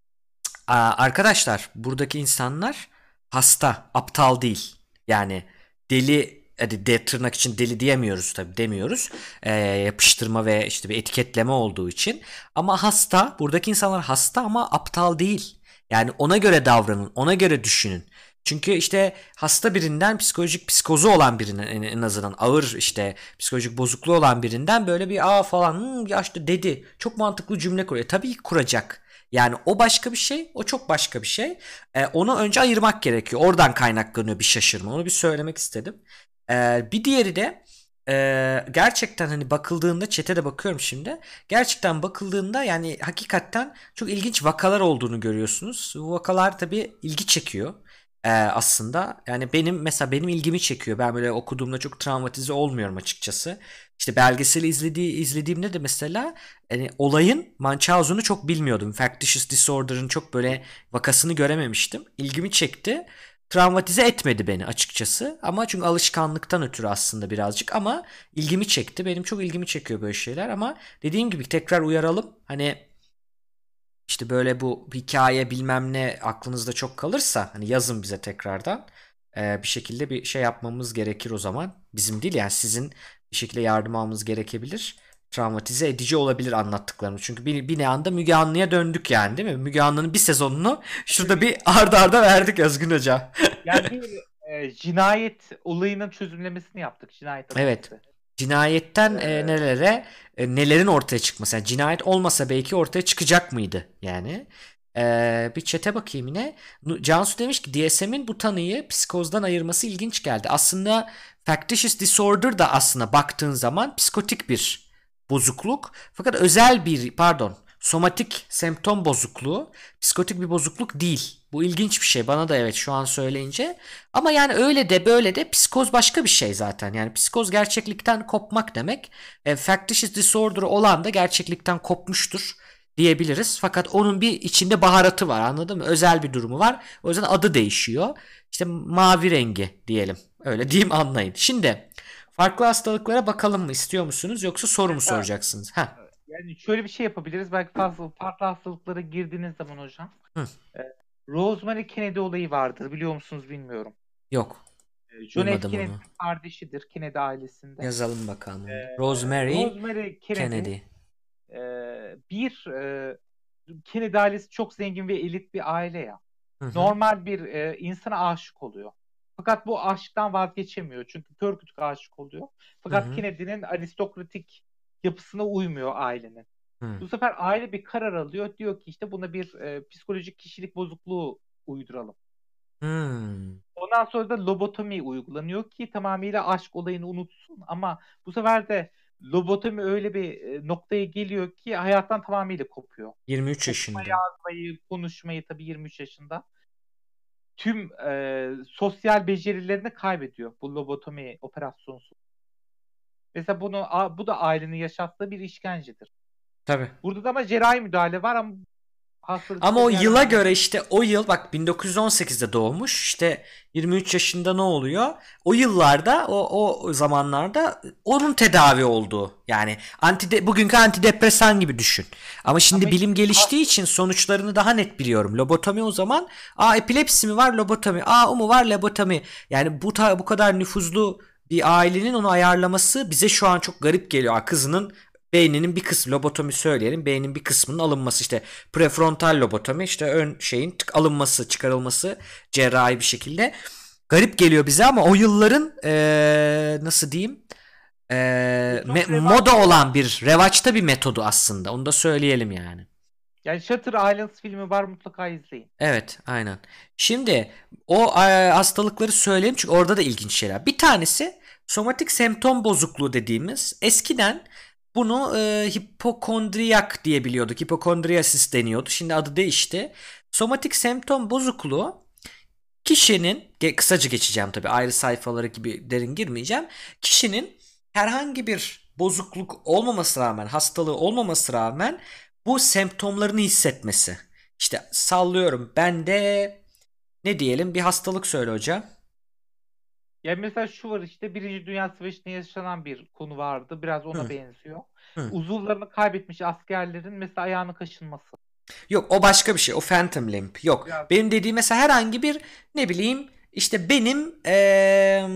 Aa, arkadaşlar buradaki insanlar hasta, aptal değil. Yani deli hadi de tırnak için deli diyemiyoruz tabii demiyoruz. Ee, yapıştırma ve işte bir etiketleme olduğu için. Ama hasta, buradaki insanlar hasta ama aptal değil. Yani ona göre davranın, ona göre düşünün. Çünkü işte hasta birinden psikolojik psikozu olan birinden en, en azından ağır işte psikolojik bozukluğu olan birinden böyle bir aa falan hmm, ya işte dedi. Çok mantıklı cümle kuruyor. Tabii ki kuracak. Yani o başka bir şey, o çok başka bir şey. Ee, onu önce ayırmak gerekiyor. Oradan kaynaklanıyor bir şaşırma. Onu bir söylemek istedim. Ee, bir diğeri de e, gerçekten hani bakıldığında çete de bakıyorum şimdi. Gerçekten bakıldığında yani hakikaten çok ilginç vakalar olduğunu görüyorsunuz. Bu vakalar tabii ilgi çekiyor. Ee, aslında yani benim mesela benim ilgimi çekiyor. Ben böyle okuduğumda çok travmatize olmuyorum açıkçası. İşte belgeseli izlediği izlediğimde de mesela hani olayın Munchausen'u çok bilmiyordum. Factitious Disorder'ın çok böyle vakasını görememiştim. İlgimi çekti. Travmatize etmedi beni açıkçası. Ama çünkü alışkanlıktan ötürü aslında birazcık ama ilgimi çekti. Benim çok ilgimi çekiyor böyle şeyler ama dediğim gibi tekrar uyaralım. Hani işte böyle bu hikaye bilmem ne aklınızda çok kalırsa hani yazın bize tekrardan. Ee, bir şekilde bir şey yapmamız gerekir o zaman. Bizim değil yani sizin bir şekilde yardım almanız gerekebilir. Travmatize edici olabilir anlattıklarımız. Çünkü bir, bir ne anda Müge Anlı'ya döndük yani değil mi? Müge Anlı'nın bir sezonunu şurada bir arda arda verdik Özgün Hoca. Yani bir e, cinayet olayının çözümlemesini yaptık. Cinayet Evet. atölyesi. Cinayetten e, Ee, nelere, e, nelerin ortaya çıkması. Yani cinayet olmasa belki ortaya çıkacak mıydı yani? Ee, bir çete bakayım yine. Nu- Cansu demiş ki D S M'in bu tanıyı psikozdan ayırması ilginç geldi. Aslında factitious disorder da aslında baktığın zaman psikotik bir bozukluk. Fakat özel bir pardon somatik semptom bozukluğu psikotik bir bozukluk değil. Bu ilginç bir şey bana da evet şu an söyleyince. Ama yani öyle de böyle de psikoz başka bir şey zaten. Yani psikoz gerçeklikten kopmak demek. E, factitious disorder olan da gerçeklikten kopmuştur diyebiliriz. Fakat onun bir içinde baharatı var anladın mı? Özel bir durumu var. O yüzden adı değişiyor. İşte mavi rengi diyelim. Öyle diyeyim anlayın. Şimdi farklı hastalıklara bakalım mı istiyor musunuz yoksa soru mu mesela soracaksınız? Ha. yani şöyle bir şey yapabiliriz. Belki fazla farklı hastalıklara girdiğiniz zaman hocam. Hı. E, Rosemary Kennedy olayı vardır. Biliyor musunuz bilmiyorum. Yok. E, John F. Duymadım Kennedy'nin onu. kardeşidir Kennedy ailesinde. Yazalım bakalım E, onu. Rosemary Rosemary Kennedy Kennedy. e, bir e, Kennedy ailesi çok zengin ve elit bir aile ya. Hı hı. Normal bir e, insana aşık oluyor. Fakat bu aşktan vazgeçemiyor. Çünkü kör kütük aşık oluyor. Hı Fakat hı. Kennedy'nin aristokratik yapısına uymuyor ailenin. Hı. Bu sefer aile bir karar alıyor. Diyor ki işte buna bir e, psikolojik kişilik bozukluğu uyduralım. Hmm. Ondan sonra da lobotomi uygulanıyor ki tamamıyla aşk olayını unutsun. Ama bu sefer de lobotomi öyle bir e, noktaya geliyor ki hayattan tamamıyla kopuyor. yirmi üç Okuma, yaşında. yazmayı, konuşmayı tabii yirmi üç yaşında. Tüm e, sosyal becerilerini kaybediyor bu lobotomi operasyonu. Mesela bunu bu da ailenin yaşattığı bir işkencedir. Tabii. Burada da ama cerrahi müdahale var ama Hastalık Ama işte o bir yıla yerden göre işte o yıl bak bin dokuz yüz on sekizde doğmuş işte yirmi üç yaşında ne oluyor? O yıllarda o o zamanlarda onun tedavi olduğu yani antide bugünkü antidepresan gibi düşün. Ama ama şimdi işte bilim geliştiği hast- için sonuçlarını daha net biliyorum. Lobotomi o zaman aa epilepsi mi var lobotomi aa o mu var lobotomi. Yani bu ta, bu kadar nüfuzlu bir ailenin onu ayarlaması bize şu an çok garip geliyor. Aa, kızının beyninin bir kısmı lobotomi söyleyelim beynin bir kısmının alınması işte prefrontal lobotomi işte ön şeyin tık alınması çıkarılması cerrahi bir şekilde garip geliyor bize ama o yılların eee, nasıl diyeyim eee, e, me- çok moda revaçta olan. olan bir revaçta bir metodu aslında onu da söyleyelim yani. Yani Shutter Islands filmi var, mutlaka izleyin. Evet, aynen. Şimdi o e, hastalıkları söyleyeyim çünkü orada da ilginç şeyler. Bir tanesi somatik semptom bozukluğu dediğimiz. Eskiden bunu e, hipokondriyak diye biliyorduk. Hipokondriyasis deniyordu. Şimdi adı değişti. Somatik semptom bozukluğu kişinin ge- kısaca geçeceğim tabii ayrı sayfaları gibi derin girmeyeceğim. Kişinin herhangi bir bozukluk olmaması rağmen, hastalığı olmaması rağmen bu semptomlarını hissetmesi. İşte sallıyorum ben de ne diyelim bir hastalık söyle hocam. Yani mesela şu var, işte Birinci Dünya Savaşı'nda yaşanan bir konu vardı. Biraz ona Hı, benziyor. hı. Uzuvlarını kaybetmiş askerlerin mesela ayağını kaşınması. Yok o başka bir şey. O Phantom Limb. Yok. Biraz Benim dediğim mesela herhangi bir ne bileyim işte benim eee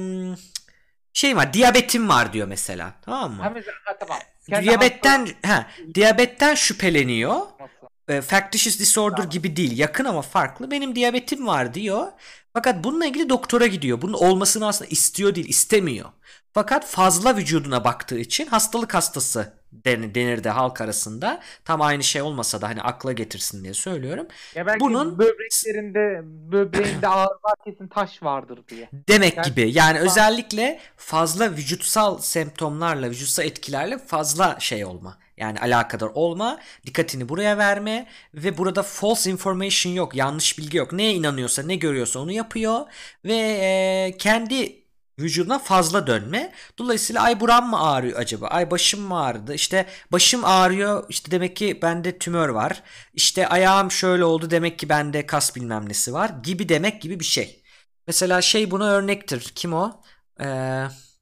şey var diyabetim var diyor mesela. Tamam ha mı? mesela ha, tamam. Kendi Diyabetten hastalığı ha diyabetten şüpheleniyor. olması. E, factitious disorder gibi değil. Yakın ama farklı. Benim diyabetim var diyor. Fakat bununla ilgili doktora gidiyor. Bunun olmasını aslında istiyor değil, istemiyor. Fakat fazla vücuduna baktığı için hastalık hastası den- denirdi halk arasında. Tam aynı şey olmasa da hani akla getirsin diye söylüyorum. Ya belki Bunun böbreklerinde böbreğinde ağrı var, kesin taş vardır diye. demek Yani gibi. Yani özellikle fazla vücutsal semptomlarla, vücutsal etkilerle fazla şey olma. Yani alakadar olma, dikkatini buraya verme ve burada false information yok, yanlış bilgi yok. Neye inanıyorsa, ne görüyorsa onu yapıyor ve e, kendi vücuduna fazla dönme. Dolayısıyla ay buram mı ağrıyor acaba? Ay başım mı ağrıdı? İşte başım ağrıyor. İşte demek ki bende tümör var. İşte ayağım şöyle oldu demek ki bende kas bilmem nesi var gibi demek gibi bir şey. Mesela şey buna örnektir. Kim o? Ee,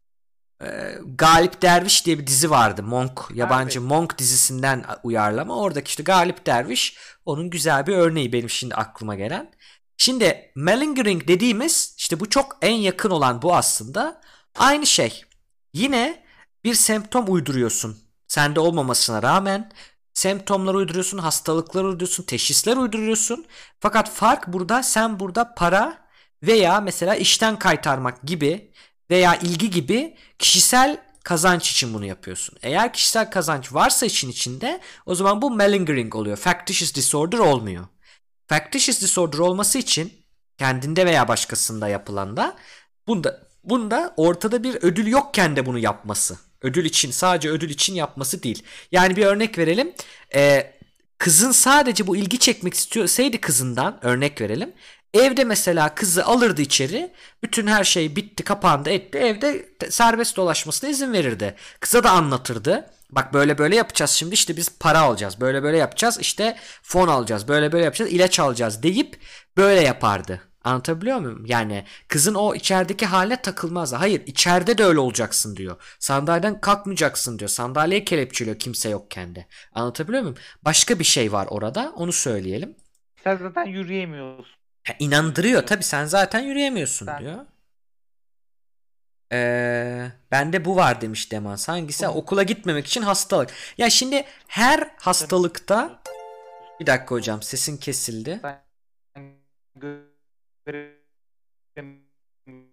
e, Galip Derviş diye bir dizi vardı. Monk, ha, yabancı evet. Monk dizisinden uyarlama. Oradaki işte Galip Derviş onun güzel bir örneği benim şimdi aklıma gelen. Şimdi malingering dediğimiz işte bu çok en yakın olan bu aslında. Aynı şey. Yine bir semptom uyduruyorsun. Sende olmamasına rağmen semptomlar uyduruyorsun, hastalıklar uyduruyorsun, teşhisler uyduruyorsun. Fakat fark burada sen burada para veya mesela işten kaytarmak gibi veya ilgi gibi kişisel kazanç için bunu yapıyorsun. Eğer kişisel kazanç varsa için içinde o zaman bu malingering oluyor. Factitious disorder olmuyor. Factitious disorder olması için kendinde veya başkasında yapılanda bunda, bunda ortada bir ödül yokken de bunu yapması. Ödül için sadece ödül için yapması değil. Yani bir örnek verelim. Ee, kızın sadece bu ilgi çekmek istiyorsaydı kızından örnek verelim. Evde mesela kızı alırdı içeri. Bütün her şey bitti kapandı etti. Evde serbest dolaşmasına izin verirdi. Kıza da anlatırdı. Bak böyle böyle yapacağız şimdi işte biz para alacağız. Böyle böyle yapacağız işte fon alacağız. Böyle böyle yapacağız ilaç alacağız deyip böyle yapardı. Anlatabiliyor muyum? Yani kızın o içerideki haline takılmazdı. Hayır içeride de öyle olacaksın diyor. Sandalyeden kalkmayacaksın diyor. Sandalyeye kelepçeliyor kimse yokken de. Anlatabiliyor muyum? Başka bir şey var orada onu söyleyelim. Sen zaten yürüyemiyorsun Ha, inandırıyor diyor. tabii sen zaten yürüyemiyorsun Sen diyor. Ee, bende bu var demiş Demans. Hangisi? bunu Okula gitmemek için hastalık. Ya şimdi her hastalıkta bir dakika hocam sesin kesildi. sen göremiyorsun.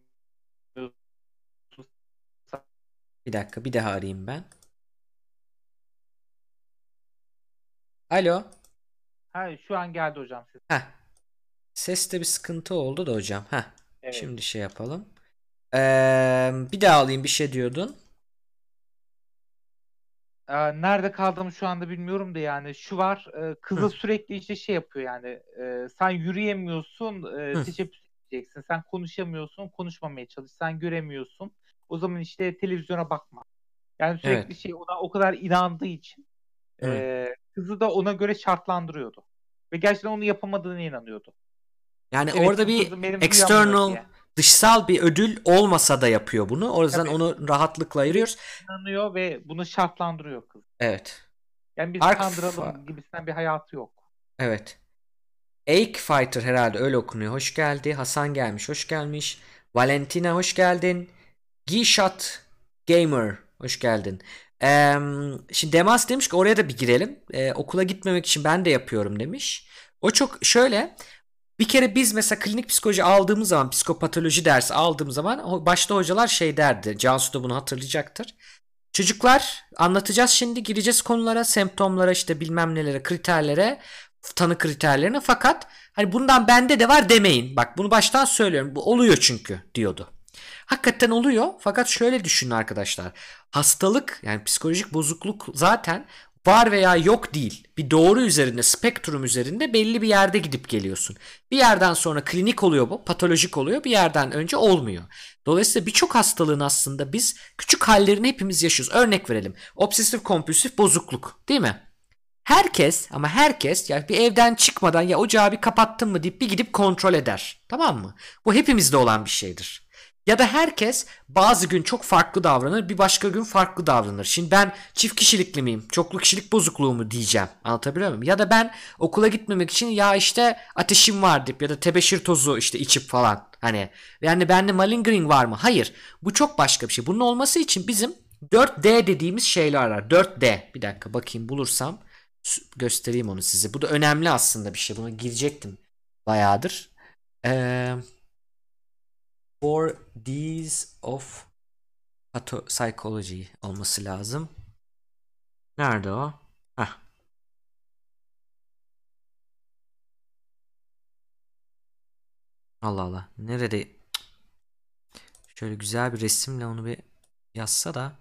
Bir dakika bir daha arayayım ben. Alo. Ha, şu an geldi hocam ses. Heh. Seste bir sıkıntı oldu da hocam. Heh. Evet. Şimdi şey yapalım. Ee, bir daha alayım bir şey diyordun. Ee, nerede kaldığımı şu anda bilmiyorum da, yani şu var, e, Hı, kıza sürekli işte şey yapıyor yani, e, sen yürüyemiyorsun, e, hı. teşebbüs edeceksin, sen konuşamıyorsun, konuşmamaya çalış, sen göremiyorsun, o zaman işte televizyona bakma. Yani Evet. sürekli şey, ona o kadar inandığı için Hı. e, kızı da ona göre şartlandırıyordu. Ve gerçekten onu yapamadığına inanıyordu. Yani Evet, orada bu bir kızım benim duyamıyor external, diye. dışsal bir ödül olmasa da yapıyor bunu. O yüzden Tabii. onu rahatlıkla ayırıyoruz. İnanıyor ve bunu şartlandırıyor kız. Evet. Yani biz Arc kandıralım Fa- gibisinden bir hayatı yok. Evet. Ache Fighter herhalde öyle okunuyor. Hoş geldi. Hasan gelmiş. Hoş gelmiş. Valentina hoş geldin. Gishot Gamer hoş geldin. Ee, şimdi Demas demiş ki oraya da bir girelim. Ee, okula gitmemek için ben de yapıyorum demiş. O çok şöyle. Bir kere biz mesela klinik psikoloji aldığımız zaman, psikopatoloji dersi aldığımız zaman başta hocalar şey derdi. Cansu da bunu hatırlayacaktır. Çocuklar, anlatacağız şimdi, gireceğiz konulara, semptomlara, işte bilmem nelere, kriterlere, tanı kriterlerine, fakat hani bundan bende de var demeyin. Bak bunu baştan söylüyorum. Bu oluyor çünkü diyordu. Hakikaten oluyor, fakat şöyle düşünün arkadaşlar. Hastalık, yani psikolojik bozukluk zaten var veya yok değil. Bir doğru üzerinde, spektrum üzerinde belli bir yerde gidip geliyorsun. Bir yerden sonra klinik oluyor bu, patolojik oluyor. Bir yerden önce olmuyor. Dolayısıyla birçok hastalığın aslında biz küçük hallerini hepimiz yaşıyoruz. Örnek verelim. Obsesif kompulsif bozukluk, değil mi? Herkes, ama herkes, yani bir evden çıkmadan ya ocağı bir kapattın mı deyip bir gidip kontrol eder. Tamam mı? Bu hepimizde olan bir şeydir. Ya da herkes bazı gün çok farklı davranır, bir başka gün farklı davranır. Şimdi ben çift kişilikli miyim, çoklu kişilik bozukluğu mu diyeceğim. Anlatabiliyor muyum? Ya da ben okula gitmemek için ya işte ateşim var deyip ya da tebeşir tozu işte içip falan. Hani yani bende malingering var mı? Hayır. Bu çok başka bir şey. Bunun olması için bizim dört D dediğimiz şeyler var. dört D. Bir dakika bakayım bulursam göstereyim onu size. Bu da önemli aslında bir şey. Buna girecektim bayağıdır. Eee Four D's of Psychology olması lazım. Nerede o? Heh. Allah Allah. Nerede? Şöyle güzel bir resimle onu bir yazsa da.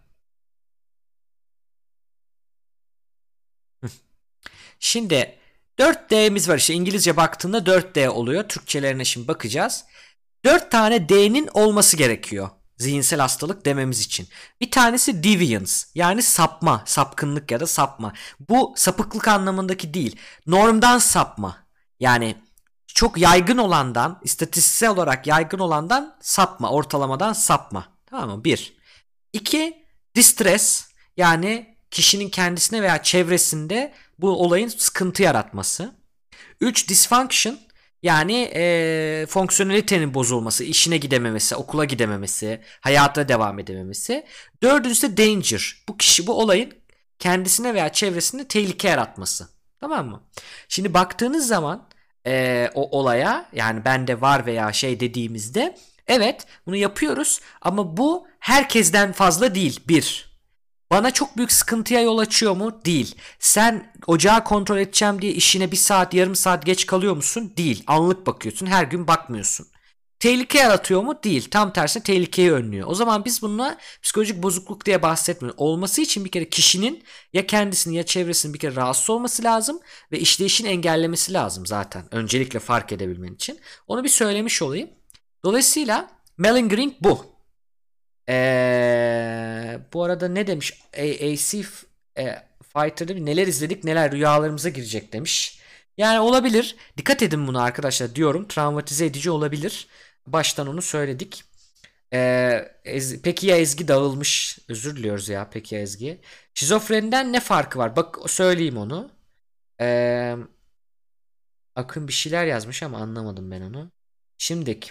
Şimdi dört D'miz var işte. İngilizce baktığında dört D oluyor. Türkçelerine şimdi bakacağız. dört tane D'nin olması gerekiyor zihinsel hastalık dememiz için. Bir tanesi deviance, yani sapma, sapkınlık ya da sapma. Bu sapıklık anlamındaki değil. Normdan sapma. Yani çok yaygın olandan, istatistiksel olarak yaygın olandan sapma, ortalamadan sapma. Tamam mı? Bir. İki, distress, yani kişinin kendisine veya çevresinde bu olayın sıkıntı yaratması. Üç, dysfunction, yani e, fonksiyonelitenin bozulması, işine gidememesi, okula gidememesi, hayata devam edememesi. Dördüncüsü de danger. Bu kişi bu olayın kendisine veya çevresinde tehlike yaratması. Tamam mı? Şimdi baktığınız zaman e, o olaya, yani bende var veya şey dediğimizde, evet bunu yapıyoruz ama bu herkesten fazla değil. Bir. Bana çok büyük sıkıntıya yol açıyor mu? Değil. Sen ocağı kontrol edeceğim diye işine bir saat yarım saat geç kalıyor musun? Değil. Anlık bakıyorsun, her gün bakmıyorsun. Tehlike yaratıyor mu? Değil. Tam tersine tehlikeyi önlüyor. O zaman biz bununla psikolojik bozukluk diye bahsetmiyoruz. Olması için bir kere kişinin ya kendisinin ya çevresinin bir kere rahatsız olması lazım ve işleyişini engellemesi lazım zaten. Öncelikle fark edebilmen için. Onu bir söylemiş olayım. Dolayısıyla malingering bu. Ee, bu arada ne demiş? A C e, Fighter'da bir neler izledik neler rüyalarımıza girecek demiş. Yani olabilir. Dikkat edin buna arkadaşlar diyorum. Travmatize edici olabilir. Baştan onu söyledik. Ee, Ez- peki ya Ezgi dağılmış. Özür diliyoruz ya peki ya Ezgi. Şizofreniden ne farkı var? Bak söyleyeyim onu. Ee, Akın bir şeyler yazmış ama anlamadım ben onu. Şimdiki.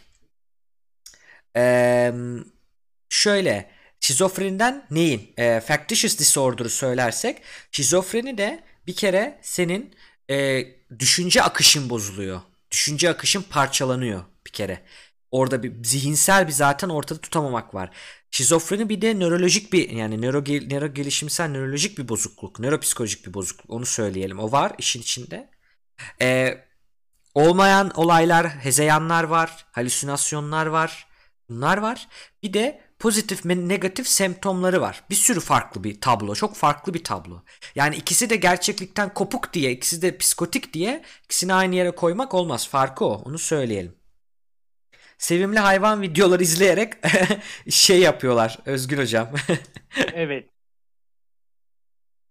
Eee Şöyle, şizofreniden neyin? E, factitious disorder'ı söylersek, şizofreni de bir kere senin e, düşünce akışın bozuluyor. Düşünce akışın parçalanıyor bir kere. Orada bir zihinsel bir zaten ortada tutamamak var. Şizofreni bir de nörolojik bir, yani nöro, nöro gelişimsel nörolojik bir bozukluk, nöropsikolojik bir bozukluk, onu söyleyelim. O var işin içinde. E, Olmayan olaylar, hezeyanlar var, halüsinasyonlar var. Bunlar var. Bir de pozitif ve negatif semptomları var. Bir sürü farklı bir tablo. Çok farklı bir tablo. Yani ikisi de gerçeklikten kopuk diye, ikisi de psikotik diye ikisini aynı yere koymak olmaz. Farkı o. Onu söyleyelim. Sevimli hayvan videoları izleyerek şey yapıyorlar Özgür hocam. Evet.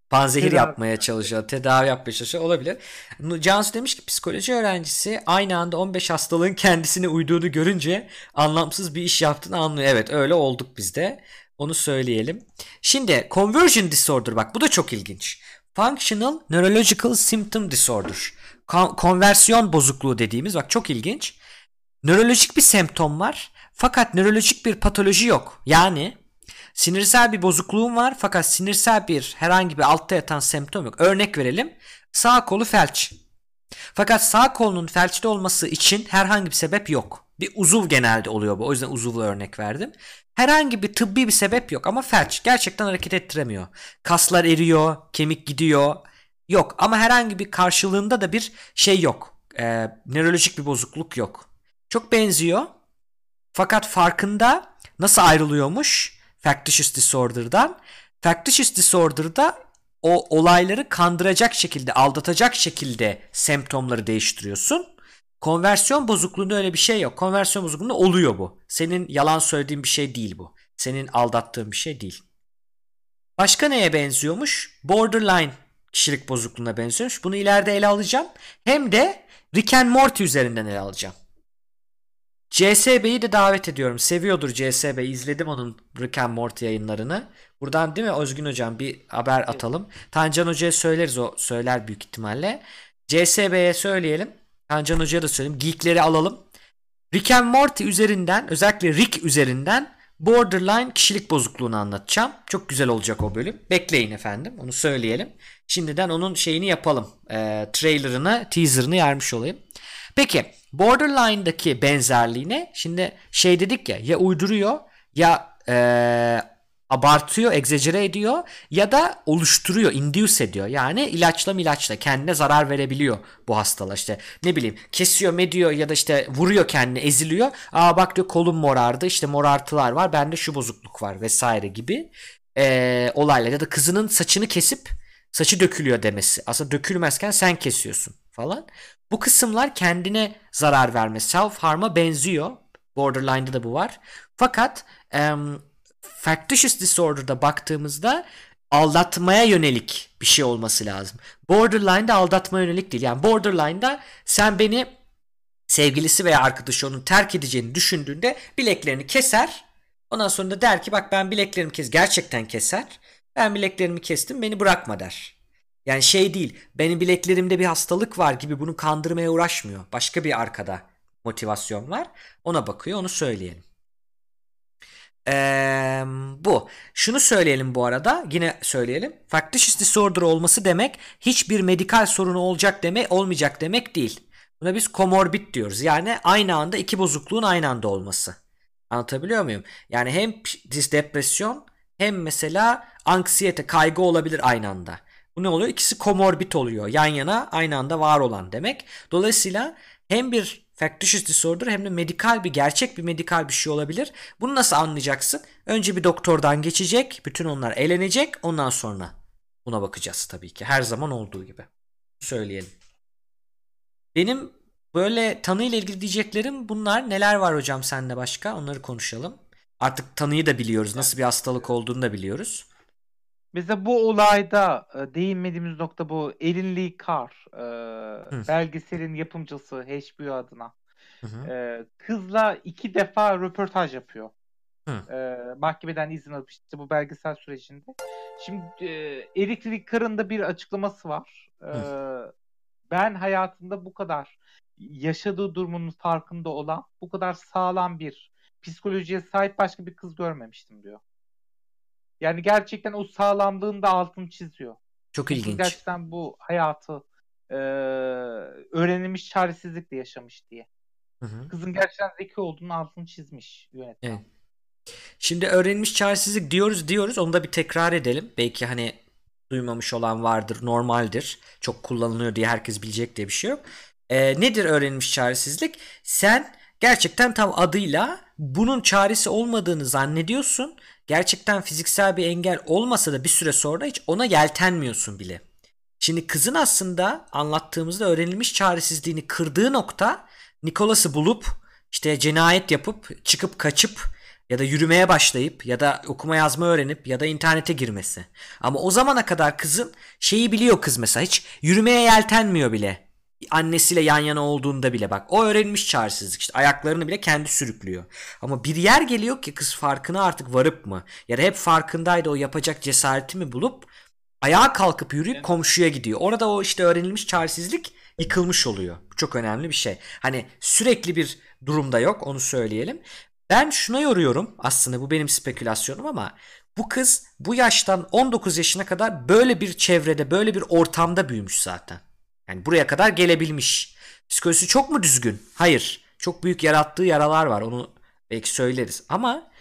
Panzehir Tedavi. yapmaya çalışıyor. Tedavi yapmaya çalışıyor. Olabilir. Cansu demiş ki psikoloji öğrencisi aynı anda on beş hastalığın kendisine uyduğunu görünce anlamsız bir iş yaptığını anlıyor. Evet, öyle olduk biz de. Onu söyleyelim. Şimdi conversion disorder, bak bu da çok ilginç. Functional Neurological Symptom Disorder. Kon- konversiyon bozukluğu dediğimiz, bak çok ilginç. Nörolojik bir semptom var fakat nörolojik bir patoloji yok. Yani sinirsel bir bozukluğun var fakat sinirsel bir herhangi bir altta yatan semptom yok. Örnek verelim. Sağ kolu felç. Fakat sağ kolunun felçli olması için herhangi bir sebep yok. Bir uzuv genelde oluyor bu. O yüzden uzuvla örnek verdim. Herhangi bir tıbbi bir sebep yok ama felç. Gerçekten hareket ettiremiyor. Kaslar eriyor, kemik gidiyor. Yok ama herhangi bir karşılığında da bir şey yok. Ee, nörolojik bir bozukluk yok. Çok benziyor. Fakat farkında nasıl ayrılıyormuş factitious disorder'dan? Factitious disorder'da o olayları kandıracak şekilde, aldatacak şekilde semptomları değiştiriyorsun. Konversiyon bozukluğunda öyle bir şey yok. Konversiyon bozukluğunda oluyor bu. Senin yalan söylediğin bir şey değil bu. Senin aldattığın bir şey değil. Başka neye benziyormuş? Borderline kişilik bozukluğuna benziyormuş. Bunu ileride ele alacağım. Hem de Rick and Morty üzerinden ele alacağım. C S B'yi de davet ediyorum. Seviyordur C S B. İzledim onun Rick and Morty yayınlarını. Buradan değil mi Özgün Hocam bir haber atalım. Tancan Hoca'ya söyleriz, o söyler büyük ihtimalle. C S B'ye söyleyelim. Tancan Hoca'ya da söyleyeyim. Geekleri alalım. Rick and Morty üzerinden, özellikle Rick üzerinden borderline kişilik bozukluğunu anlatacağım. Çok güzel olacak o bölüm. Bekleyin efendim. Onu söyleyelim. Şimdiden onun şeyini yapalım. E, trailerını, teaserını yermiş olayım. Peki borderline'daki benzerliğine, şimdi şey dedik ya, ya uyduruyor ya ee, abartıyor, egzajere ediyor ya da oluşturuyor, induce ediyor. Yani ilaçla ilaçla kendine zarar verebiliyor bu hastalar. İşte ne bileyim kesiyor, mediyor ya da işte vuruyor kendini, eziliyor. Aa bak diyor kolum morardı, işte morartılar var, bende şu bozukluk var vesaire gibi ee, olaylar. Ya da kızının saçını kesip saçı dökülüyor demesi. Aslında dökülmezken sen kesiyorsun falan. Bu kısımlar kendine zarar verme, self harm'a benziyor. Borderline'da da bu var. Fakat um, factitious disorder'da baktığımızda aldatmaya yönelik bir şey olması lazım. Borderline'da aldatmaya yönelik değil. Yani borderline'da sen beni, sevgilisi veya arkadaşı onu terk edeceğini düşündüğünde bileklerini keser. Ondan sonra da der ki bak ben bileklerimi kes. Gerçekten keser. Ben bileklerimi kestim, beni bırakma der. Yani şey değil, benim bileklerimde bir hastalık var gibi bunu kandırmaya uğraşmıyor. Başka bir arkada motivasyon var. Ona bakıyor, onu söyleyelim. Ee, bu. Şunu söyleyelim bu arada, yine söyleyelim. Factitious disorder olması demek hiçbir medikal sorunu olacak demek, olmayacak demek değil. Buna biz komorbid diyoruz. Yani aynı anda iki bozukluğun aynı anda olması. Anlatabiliyor muyum? Yani hem depresyon hem mesela anksiyete, kaygı olabilir aynı anda. Bu ne oluyor? İkisi komorbid oluyor. Yan yana aynı anda var olan demek. Dolayısıyla hem bir factitious disorder hem de medikal bir, gerçek bir medikal bir şey olabilir. Bunu nasıl anlayacaksın? Önce bir doktordan geçecek. Bütün onlar elenecek. Ondan sonra buna bakacağız tabii ki. Her zaman olduğu gibi. Söyleyelim. Benim böyle tanıyla ilgili diyeceklerim bunlar. Neler var hocam sende başka? Onları konuşalım. Artık tanıyı da biliyoruz. Nasıl bir hastalık olduğunu da biliyoruz. Mesela bu olayda e, değinmediğimiz nokta bu. Erin Lee Carr, e, belgeselin yapımcısı H B O adına. E, kızla iki defa röportaj yapıyor. E, mahkemeden izin alıp işte bu belgesel sürecinde. Şimdi e, Eric Lee Carr'ın da bir açıklaması var. E, ben hayatımda bu kadar yaşadığı durumun farkında olan, bu kadar sağlam bir psikolojiye sahip başka bir kız görmemiştim diyor. Yani gerçekten o sağlamlığın da altını çiziyor. Çok Bu ilginç. Gerçekten bu hayatı e, öğrenilmiş çaresizlikle yaşamış diye. Hı hı. Kızın gerçekten zeki olduğunun altını çizmiş yönetmen. Evet. Şimdi öğrenilmiş çaresizlik diyoruz diyoruz. Onu da bir tekrar edelim. Belki hani duymamış olan vardır, normaldir. Çok kullanılıyor diye herkes bilecek diye bir şey yok. Ee, nedir öğrenilmiş çaresizlik? Sen gerçekten tam adıyla bunun çaresi olmadığını zannediyorsun. Gerçekten fiziksel bir engel olmasa da bir süre sonra hiç ona yeltenmiyorsun bile. Şimdi kızın aslında anlattığımızda öğrenilmiş çaresizliğini kırdığı nokta, Nicholas'ı bulup işte cinayet yapıp çıkıp kaçıp Ya da yürümeye başlayıp ya da okuma yazma öğrenip ya da internete girmesi. Ama o zamana kadar kızın şeyi biliyor kız mesela, hiç yürümeye yeltenmiyor bile. Annesiyle yan yana olduğunda bile bak, o öğrenmiş çaresizlik, işte ayaklarını bile kendi sürüklüyor. Ama bir yer geliyor ki kız farkına artık varıp mı ya da hep farkındaydı, o yapacak cesareti mi bulup ayağa kalkıp yürüyüp komşuya gidiyor. Orada o işte öğrenilmiş çaresizlik yıkılmış oluyor. Bu çok önemli bir şey. Hani sürekli bir durumda yok, onu söyleyelim. Ben şuna yoruyorum aslında, bu benim spekülasyonum ama bu kız bu yaştan on dokuz yaşına kadar böyle bir çevrede, böyle bir ortamda büyümüş zaten. Yani buraya kadar gelebilmiş. Psikolojisi çok mu düzgün? Hayır. Çok büyük yarattığı yaralar var, onu belki söyleriz. Ama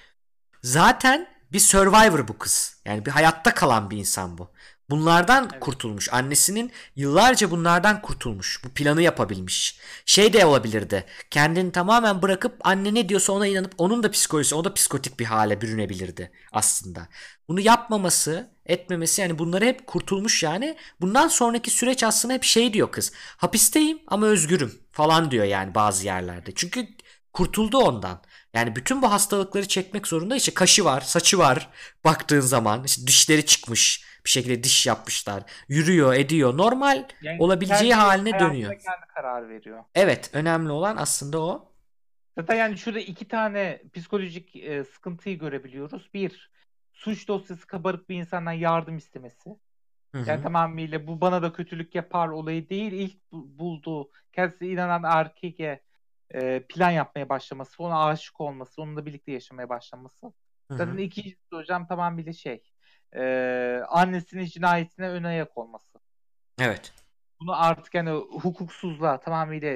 zaten bir survivor bu kız. Yani bir hayatta kalan bir insan bu. Bunlardan evet. kurtulmuş. Annesinin yıllarca bunlardan kurtulmuş. Bu planı yapabilmiş. Şey de olabilirdi. Kendini tamamen bırakıp anne ne diyorsa ona inanıp onun da psikolojisi, o da psikotik bir hale bürünebilirdi aslında. Bunu yapmaması, etmemesi, yani bunları hep kurtulmuş yani. Bundan sonraki süreç aslında hep şey diyor kız. Hapisteyim ama özgürüm falan diyor yani bazı yerlerde. Çünkü kurtuldu ondan. Yani bütün bu hastalıkları çekmek zorunda. İşte kaşı var, saçı var baktığın zaman. İşte dişleri çıkmış. Bir şekilde diş yapmışlar. Yürüyor, ediyor. Normal yani olabileceği haline dönüyor. Kendi karar veriyor. Evet, önemli olan aslında o. Zaten yani şurada iki tane psikolojik e, sıkıntıyı görebiliyoruz. Bir, suç dosyası kabarık bir insandan yardım istemesi. Hı hı. Yani tamamıyla bu bana da kötülük yapar olayı değil. İlk bulduğu, kendisine inanan erkeğe e, plan yapmaya başlaması, ona aşık olması, onunla birlikte yaşamaya başlaması. Hı hı. Zaten ikincisi hocam tamamıyla şey, e, annesinin cinayetine ön ayak olması. Evet. Bunu artık yani hukuksuzluğa tamamıyla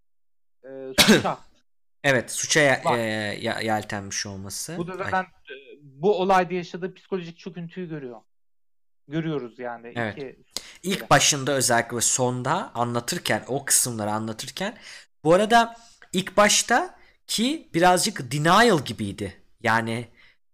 e, suça evet, suça e, yeltenmiş olması. Bu da zaten Ay. bu olayda yaşadığı psikolojik çöküntüyü görüyor. Görüyoruz yani. Evet. İki... İlk başında özellikle ve sonda anlatırken, o kısımları anlatırken, bu arada ilk başta ki birazcık denial gibiydi. Yani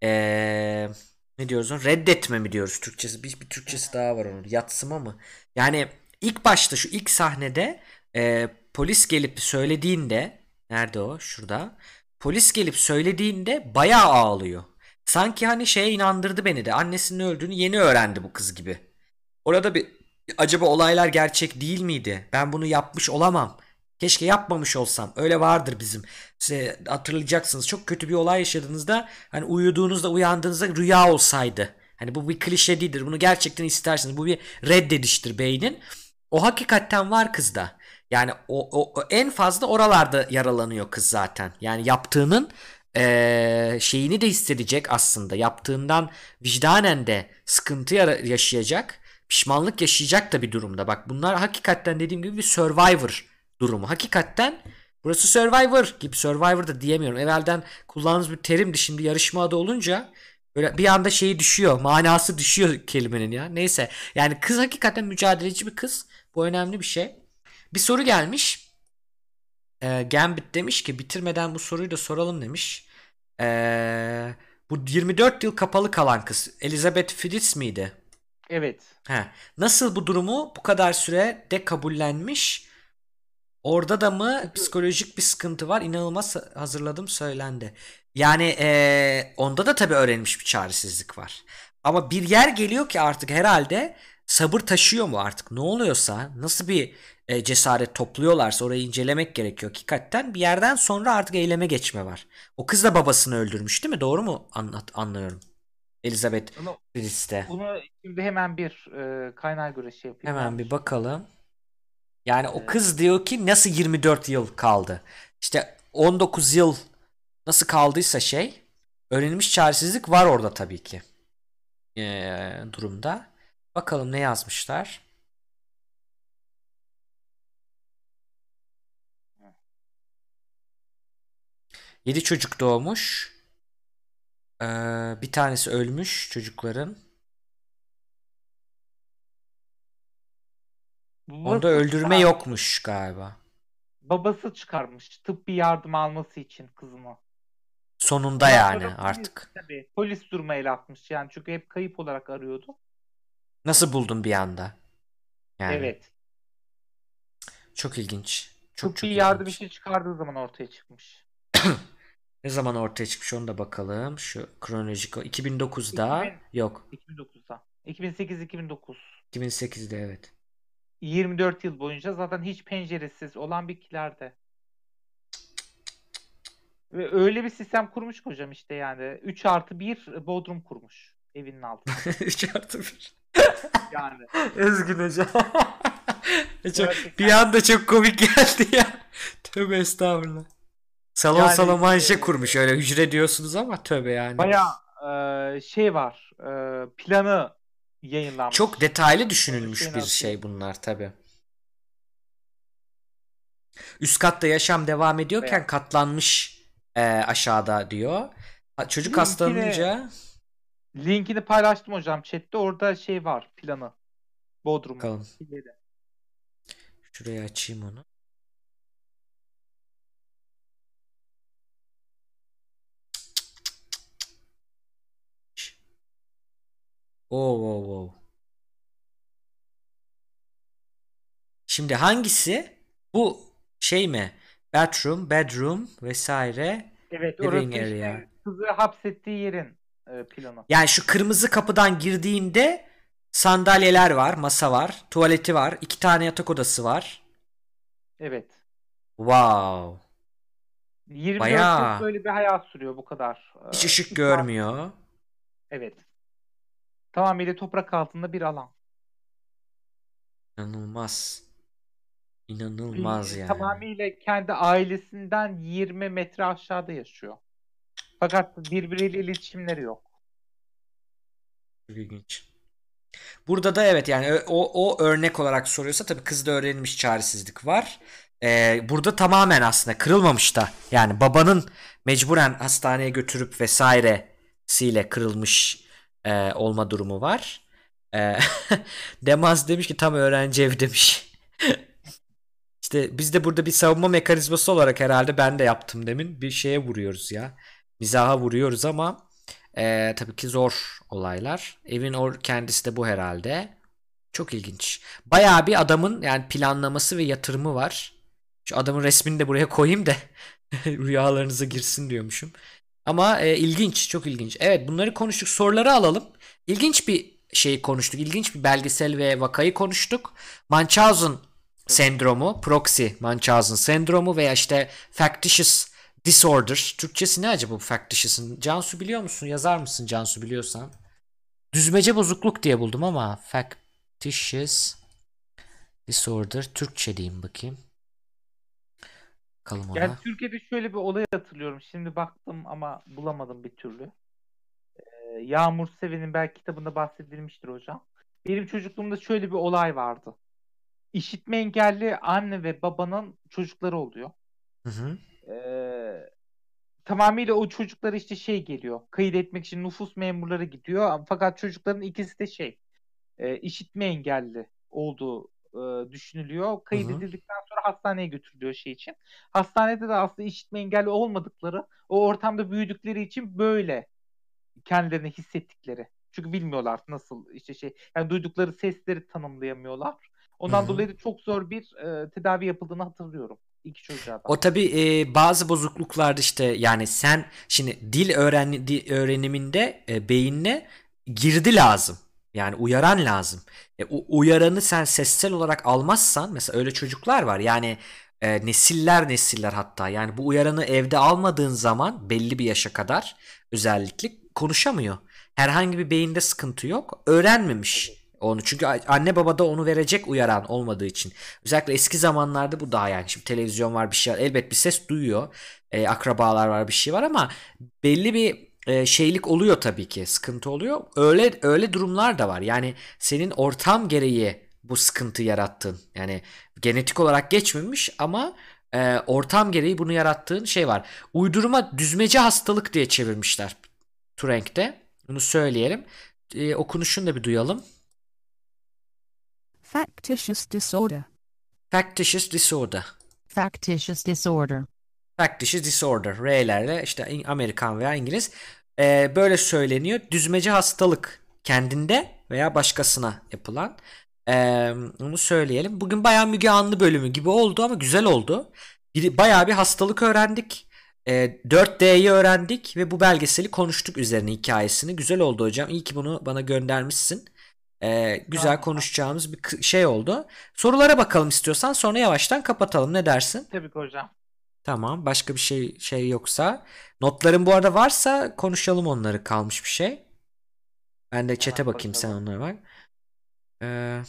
ee, ne diyoruz onu? Reddetme mi diyoruz Türkçesi? Bir, bir Türkçesi daha var onun. Yatsıma mı? Yani ilk başta şu ilk sahnede e, polis gelip söylediğinde, nerede o? Şurada. Polis gelip söylediğinde bayağı ağlıyor. Sanki hani şeye inandırdı beni de. Annesinin öldüğünü yeni öğrendi bu kız gibi. Orada bir acaba olaylar gerçek değil miydi? Ben bunu yapmış olamam. Keşke yapmamış olsam. Öyle vardır bizim. Size hatırlayacaksınız. Çok kötü bir olay yaşadığınızda hani uyuduğunuzda, uyandığınızda rüya olsaydı. Hani bu bir klişe değildir. Bunu gerçekten istersiniz. Bu bir reddediştir beynin. O hakikaten var kızda. Yani o, o, o en fazla oralarda yaralanıyor kız zaten. Yani yaptığının ee, şeyini de hissedecek aslında. Yaptığından vicdanen de sıkıntı yaşayacak. Pişmanlık yaşayacak da bir durumda. Bak bunlar hakikaten dediğim gibi bir survivor durumu. Hakikaten burası survivor gibi, survivor da diyemiyorum. Evvelden kullandığımız bir terimdi, şimdi yarışma adı olunca böyle bir anda şeyi düşüyor. Manası düşüyor kelimenin ya. Neyse. Yani kız hakikaten mücadeleci bir kız. Bu önemli bir şey. Bir soru gelmiş. Ee, Gambit demiş ki bitirmeden bu soruyu da soralım demiş. Ee, bu yirmi dört yıl kapalı kalan kız Elizabeth Fritz miydi? Evet. He. Nasıl bu durumu bu kadar süre de kabullenmiş? Orada da mı psikolojik bir sıkıntı var? İnanılmaz hazırladım söylendi. Yani ee, onda da tabii öğrenmiş bir çaresizlik var. Ama bir yer geliyor ki artık herhalde sabır taşıyor mu artık? Ne oluyorsa, nasıl bir e, cesaret topluyorlarsa orayı incelemek gerekiyor. Hakikaten bir yerden sonra artık eyleme geçme var. O kız da babasını öldürmüş değil mi? Doğru mu anlat, anlıyorum? Elizabeth Fritz'te. Bunu şimdi hemen bir e, kaynağa göre şey yapayım. Hemen bir bakalım. Yani ee, o kız diyor ki nasıl yirmi dört yıl kaldı? İşte on dokuz yıl nasıl kaldıysa şey, öğrenilmiş çaresizlik var orada tabii ki. Ee, durumda. Bakalım ne yazmışlar. Yedi çocuk doğmuş. Ee, bir tanesi ölmüş çocukların. Babası Onda öldürme çıkarmış. Yokmuş galiba. Babası çıkarmış tıbbi yardım alması için kızını. Sonunda Ondan yani polis, artık. Tabii, polis duruma el atmış yani çünkü hep kayıp olarak arıyordu. Nasıl buldun bir anda? Yani. Evet. Çok ilginç. Çok tıbbi çok yardım ilginç. işi çıkardığı zaman ortaya çıkmış. Ne zaman ortaya çıkmış onu da bakalım. Şu kronolojik o iki bin dokuzda iki bin, yok. iki bin dokuzda. iki bin sekiz iki bin dokuz. iki bin sekizde evet. yirmi dört yıl boyunca zaten hiç penceresiz olan bir kilerde. Ve öyle bir sistem kurmuş hocam işte yani. üç artı bir bodrum kurmuş evinin altına. üç artı bir. Yani Özgün hocam. Çok, gerçekten bir anda çok komik geldi ya. Tövbe estağfurullah. Salon yani salon manşe e, kurmuş öyle hücre diyorsunuz ama tövbe yani. bayağı e, şey var. E, planı Çok yayınlanmış. detaylı Onu düşünülmüş şeyine bir atayım. şey bunlar tabi. Üst katta yaşam devam ediyorken Bayağı. katlanmış e, aşağıda diyor. Ha, çocuk Linkini hastalanınca linkini paylaştım hocam chatte. Orada şey var planı. Bodrum'un. bakalım. Şurayı açayım onu. Oo, oo, oo. Şimdi hangisi? Bu şey mi? Bathroom, bedroom vesaire. Evet Living orası area. işte kızı hapsettiği yerin e, planı. Yani şu kırmızı kapıdan girdiğinde sandalyeler var, masa var, tuvaleti var, iki tane yatak odası var. Evet. Wow. yirmi dört yıl Bayağı böyle bir hayat sürüyor bu kadar. hiç Ee, ışık üç artı- görmüyor. Evet. Tamamıyla toprak altında bir alan. İnanılmaz. İnanılmaz Bir, yani. tamamıyla kendi ailesinden yirmi metre aşağıda yaşıyor. Fakat birbiriyle iletişimleri yok. Çok ilginç. Burada da evet yani o, o örnek olarak soruyorsa tabii kızda öğrenilmiş çaresizlik var. Ee, burada tamamen aslında kırılmamış da yani babanın mecburen hastaneye götürüp vesairesiyle kırılmış e, olma durumu var. E, Demaz demiş ki tam öğrenci ev demiş. İşte biz de burada bir savunma mekanizması olarak herhalde ben de yaptım demin bir şeye vuruyoruz ya. Mizaha vuruyoruz ama e, tabii ki zor olaylar. Evin or kendisi de bu herhalde. Çok ilginç. Bayağı bir adamın yani planlaması ve yatırımı var. Şu adamın resmini de buraya koyayım da rüyalarınıza girsin diyormuşum. Ama e, ilginç, çok ilginç. Evet bunları konuştuk. Soruları alalım. İlginç bir şey konuştuk. İlginç bir belgesel ve vakayı konuştuk. Munchausen sendromu, proxy Munchausen sendromu veya işte factitious disorder. Türkçesi ne acaba bu factitious'ın? Cansu biliyor musun? Yazar mısın Cansu biliyorsan? Düzmece bozukluk diye buldum ama factitious disorder Türkçe diyeyim bakayım. Bakalım Yani ona. Türkiye'de şöyle bir olay hatırlıyorum. Şimdi baktım ama bulamadım bir türlü. Ee, Yağmur Seven'in belki kitabında bahsedilmiştir hocam. Benim çocukluğumda şöyle bir olay vardı. İşitme engelli anne ve babanın çocukları oluyor. Hı hı. Ee, tamamıyla o çocuklara işte şey geliyor. Kayıt etmek için nüfus memurları gidiyor. Fakat çocukların ikisi de şey e, işitme engelli olduğu e, düşünülüyor. Hı Kayıt hı. edildikten sonra hastaneye götürülüyor şey için. Hastanede de aslında işitme engelli olmadıkları, o ortamda büyüdükleri için böyle kendilerini hissettikleri. Çünkü bilmiyorlar nasıl işte şey yani duydukları sesleri tanımlayamıyorlar. Hı Ondan hı. dolayı da çok zor bir e, tedavi yapıldığını hatırlıyorum. İki çocuğa da. O tabii e, bazı bozukluklarda işte yani sen şimdi dil öğren dil öğreniminde e, beyinle girdi lazım. Yani uyaran lazım. E, u- uyaranı sen sessel olarak almazsan mesela öyle çocuklar var. Yani e, nesiller nesiller hatta yani bu uyaranı evde almadığın zaman belli bir yaşa kadar özellikle konuşamıyor. Herhangi bir beyinde sıkıntı yok. Öğrenmemiş onu. Çünkü anne babada onu verecek uyaran olmadığı için. Özellikle eski zamanlarda bu daha yani. Şimdi televizyon var bir şey var. Elbet bir ses duyuyor. E, akrabalar var bir şey var ama belli bir e, şeylik oluyor tabii ki. Sıkıntı oluyor. Öyle öyle durumlar da var. Yani senin ortam gereği bu sıkıntı yarattın. Yani genetik olarak geçmemiş ama e, ortam gereği bunu yarattığın şey var. Uydurma düzmece hastalık diye çevirmişler Turing'de. Bunu söyleyelim. E, okunuşunu da bir duyalım. Factitious disorder. Factitious disorder. Factitious disorder. Factitious disorder. R'lerle işte Amerikan veya İngiliz. Ee, böyle söyleniyor. Düzmece hastalık. Kendinde veya başkasına yapılan. Ee, onu söyleyelim. Bugün bayağı Müge Anlı bölümü gibi oldu ama güzel oldu. Bir, bayağı bir hastalık öğrendik. E, dört D'yi öğrendik ve bu belgeseli konuştuk üzerine hikayesini. Güzel oldu hocam. İyi ki bunu bana göndermişsin. E, güzel Tamam. konuşacağımız bir k- şey oldu. Sorulara bakalım istiyorsan sonra yavaştan kapatalım. Ne dersin? Tabii ki hocam. Tamam. Başka bir şey şey yoksa. Notların bu arada varsa konuşalım onları kalmış bir şey. Ben de chat'e Hemen bakayım sen bakalım. onlara bak. Ee,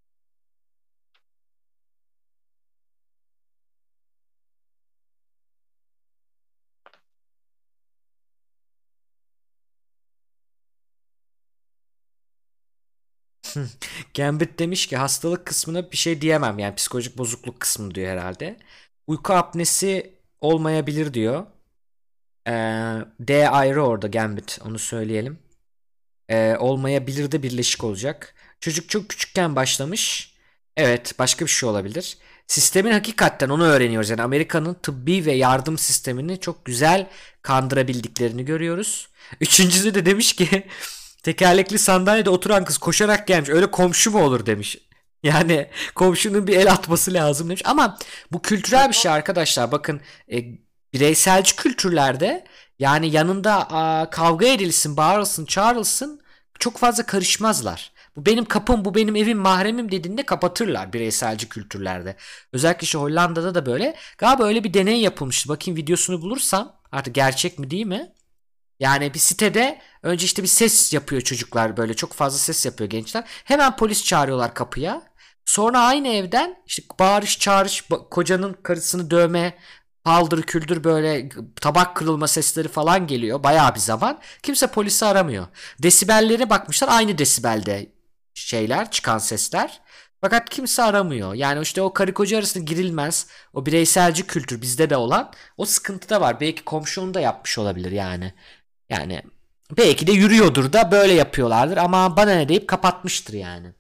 Gambit demiş ki hastalık kısmına bir şey diyemem. Yani psikolojik bozukluk kısmı diyor herhalde. Uyku apnesi olmayabilir diyor. Ee, D ayrı orada Gambit. Onu söyleyelim. Ee, olmayabilir de birleşik olacak. Çocuk çok küçükken başlamış. Evet, başka bir şey olabilir. Sistemin hakikaten onu öğreniyoruz. Yani Amerika'nın tıbbi ve yardım sistemini çok güzel kandırabildiklerini görüyoruz. Üçüncüsü de demiş ki tekerlekli sandalyede oturan kız koşarak gelmiş. Öyle komşu mu olur demiş. Yani komşunun bir el atması lazım demiş. Ama bu kültürel bir şey arkadaşlar. Bakın e, bireyselci kültürlerde yani yanında a, kavga edilsin, bağırılsın, çağrılsın çok fazla karışmazlar. Bu benim kapım, bu benim evim, mahremim dediğinde kapatırlar bireyselci kültürlerde. Özellikle işte Hollanda'da da böyle. Galiba öyle bir deney yapılmıştı. Bakayım videosunu bulursam. Artık gerçek mi değil mi? Yani bir sitede önce işte bir ses yapıyor çocuklar böyle. Çok fazla ses yapıyor gençler. Hemen polis çağırıyorlar kapıya. Sonra aynı evden işte bağırış çağırış, kocanın karısını dövme, paldır küldür böyle tabak kırılma sesleri falan geliyor. Bayağı bir zaman. Kimse polisi aramıyor. Desibellere bakmışlar, aynı desibelde şeyler, çıkan sesler. Fakat kimse aramıyor. Yani işte o karı koca arasında girilmez. O bireyselci kültür bizde de olan o sıkıntı da var. Belki komşunun da yapmış olabilir yani. Yani belki de yürüyordur da böyle yapıyorlardır ama bana ne deyip kapatmıştır yani.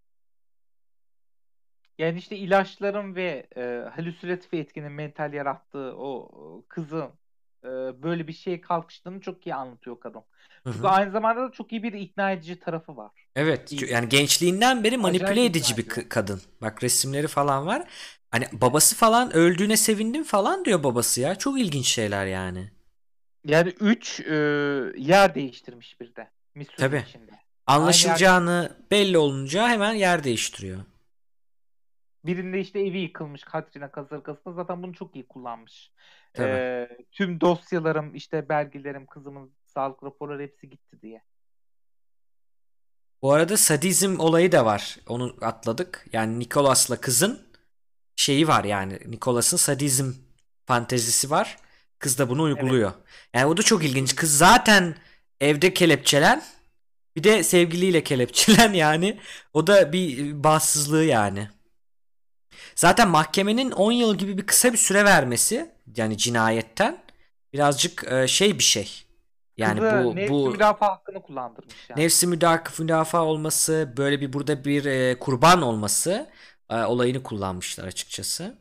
Yani işte ilaçların ve e, halüsinatif etkinin mental yarattığı o e, kızın e, böyle bir şeye kalkıştığını çok iyi anlatıyor kadın. Hı Çünkü hı. aynı zamanda da çok iyi bir ikna edici tarafı var. Evet, İyi. yani gençliğinden beri manipüle Acayip edici ikna bir ediyor. k- kadın. Bak resimleri falan var. Hani babası falan öldüğüne sevindim falan diyor babası ya. Çok ilginç şeyler yani. Yani üç e, yer değiştirmiş bir de. Missouri Tabii. içinde. Aynı yerde Anlaşılacağını belli olunca hemen yer değiştiriyor. birinde işte evi yıkılmış Katrina kasırgasında zaten bunu çok iyi kullanmış. Tabii. E, tüm dosyalarım işte belgelerim kızımın sağlık raporları hepsi gitti diye. Bu arada sadizm olayı da var. Onu atladık. Yani Nicholas'la kızın şeyi var yani. Nicholas'ın sadizm fantezisi var. Kız da bunu Evet. uyguluyor. Yani o da çok ilginç. Kız zaten evde kelepçelen. Bir de sevgiliyle kelepçelen yani. O da bir bahtsızlığı yani. Zaten mahkemenin on yıl gibi bir kısa bir süre vermesi yani cinayetten birazcık e, şey bir şey. Yani Kızı bu nefsi bu müdafaa hakkını kullandırmış yani. nefsi müdafaa, müdafaa olması böyle bir burada bir e, kurban olması e, olayını kullanmışlar açıkçası.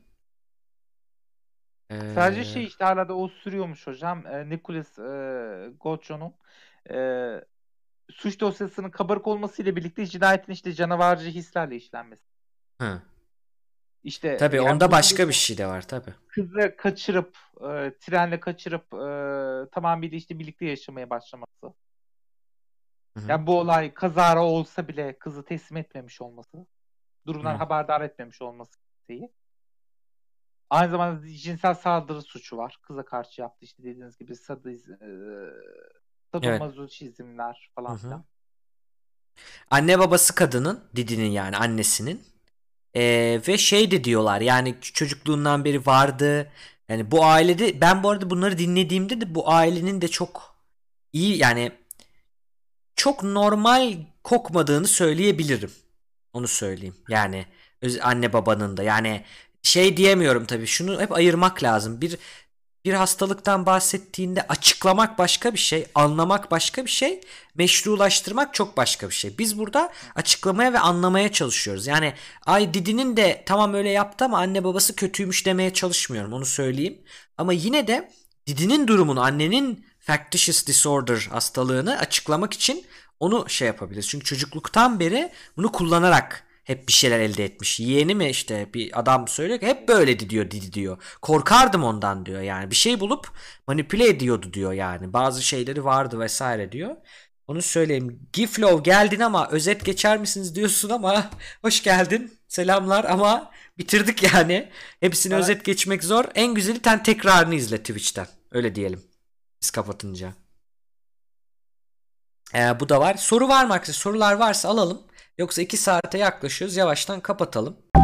Sadece E, şey işte hala da o sürüyormuş hocam. E, Nicholas e, Gaucho'nun e, suç dosyasının kabarık olmasıyla birlikte cinayetin işte canavarcı hislerle işlenmesi. hı. İşte Tabii yani onda bunun başka bir dışında şey de var tabii. kızı kaçırıp e, trenle kaçırıp e, tamamıyla işte birlikte yaşamaya başlaması. Hı hı. Yani bu olay kazara olsa bile kızı teslim etmemiş olması. Durumdan Hı. haberdar etmemiş olması şeyi. Aynı zamanda cinsel saldırı suçu var. Kıza karşı yaptı işte dediğiniz gibi sadiz, e, Evet. sadomazoşizmler Hı falan hı. filan. Anne babası kadının, Didi'nin yani annesinin. Ee, ve şey de diyorlar yani çocukluğundan beri vardı. Yani bu ailede ben bu arada bunları dinlediğimde de bu ailenin de çok iyi yani çok normal kokmadığını söyleyebilirim. Onu söyleyeyim. Yani öz- anne babanın da yani şey diyemiyorum tabii şunu hep ayırmak lazım. Bir bir hastalıktan bahsettiğinde açıklamak başka bir şey, anlamak başka bir şey, meşrulaştırmak çok başka bir şey. Biz burada açıklamaya ve anlamaya çalışıyoruz. Yani ay Didi'nin de tamam öyle yaptı ama anne babası kötüymüş demeye çalışmıyorum, onu söyleyeyim. Ama yine de Didi'nin durumunu, annenin factitious disorder hastalığını açıklamak için onu şey yapabiliriz. Çünkü çocukluktan beri bunu kullanarak hep bir şeyler elde etmiş. Yeğeni mi işte bir adam söylüyor ki hep böyledi diyor Didi diyor. Korkardım ondan diyor yani. Bir şey bulup manipüle ediyordu diyor yani. Bazı şeyleri vardı vesaire diyor. Onu söyleyeyim. Giflow geldin ama özet geçer misiniz diyorsun ama hoş geldin. Selamlar ama bitirdik yani. Hepsini Evet. özet geçmek zor. En güzeli ten tekrarını izle Twitch'ten. Öyle diyelim. Biz kapatınca. Ee, bu da var. Soru var mı arkadaşlar? Sorular varsa alalım. Yoksa iki saate yaklaşıyoruz. Yavaştan kapatalım.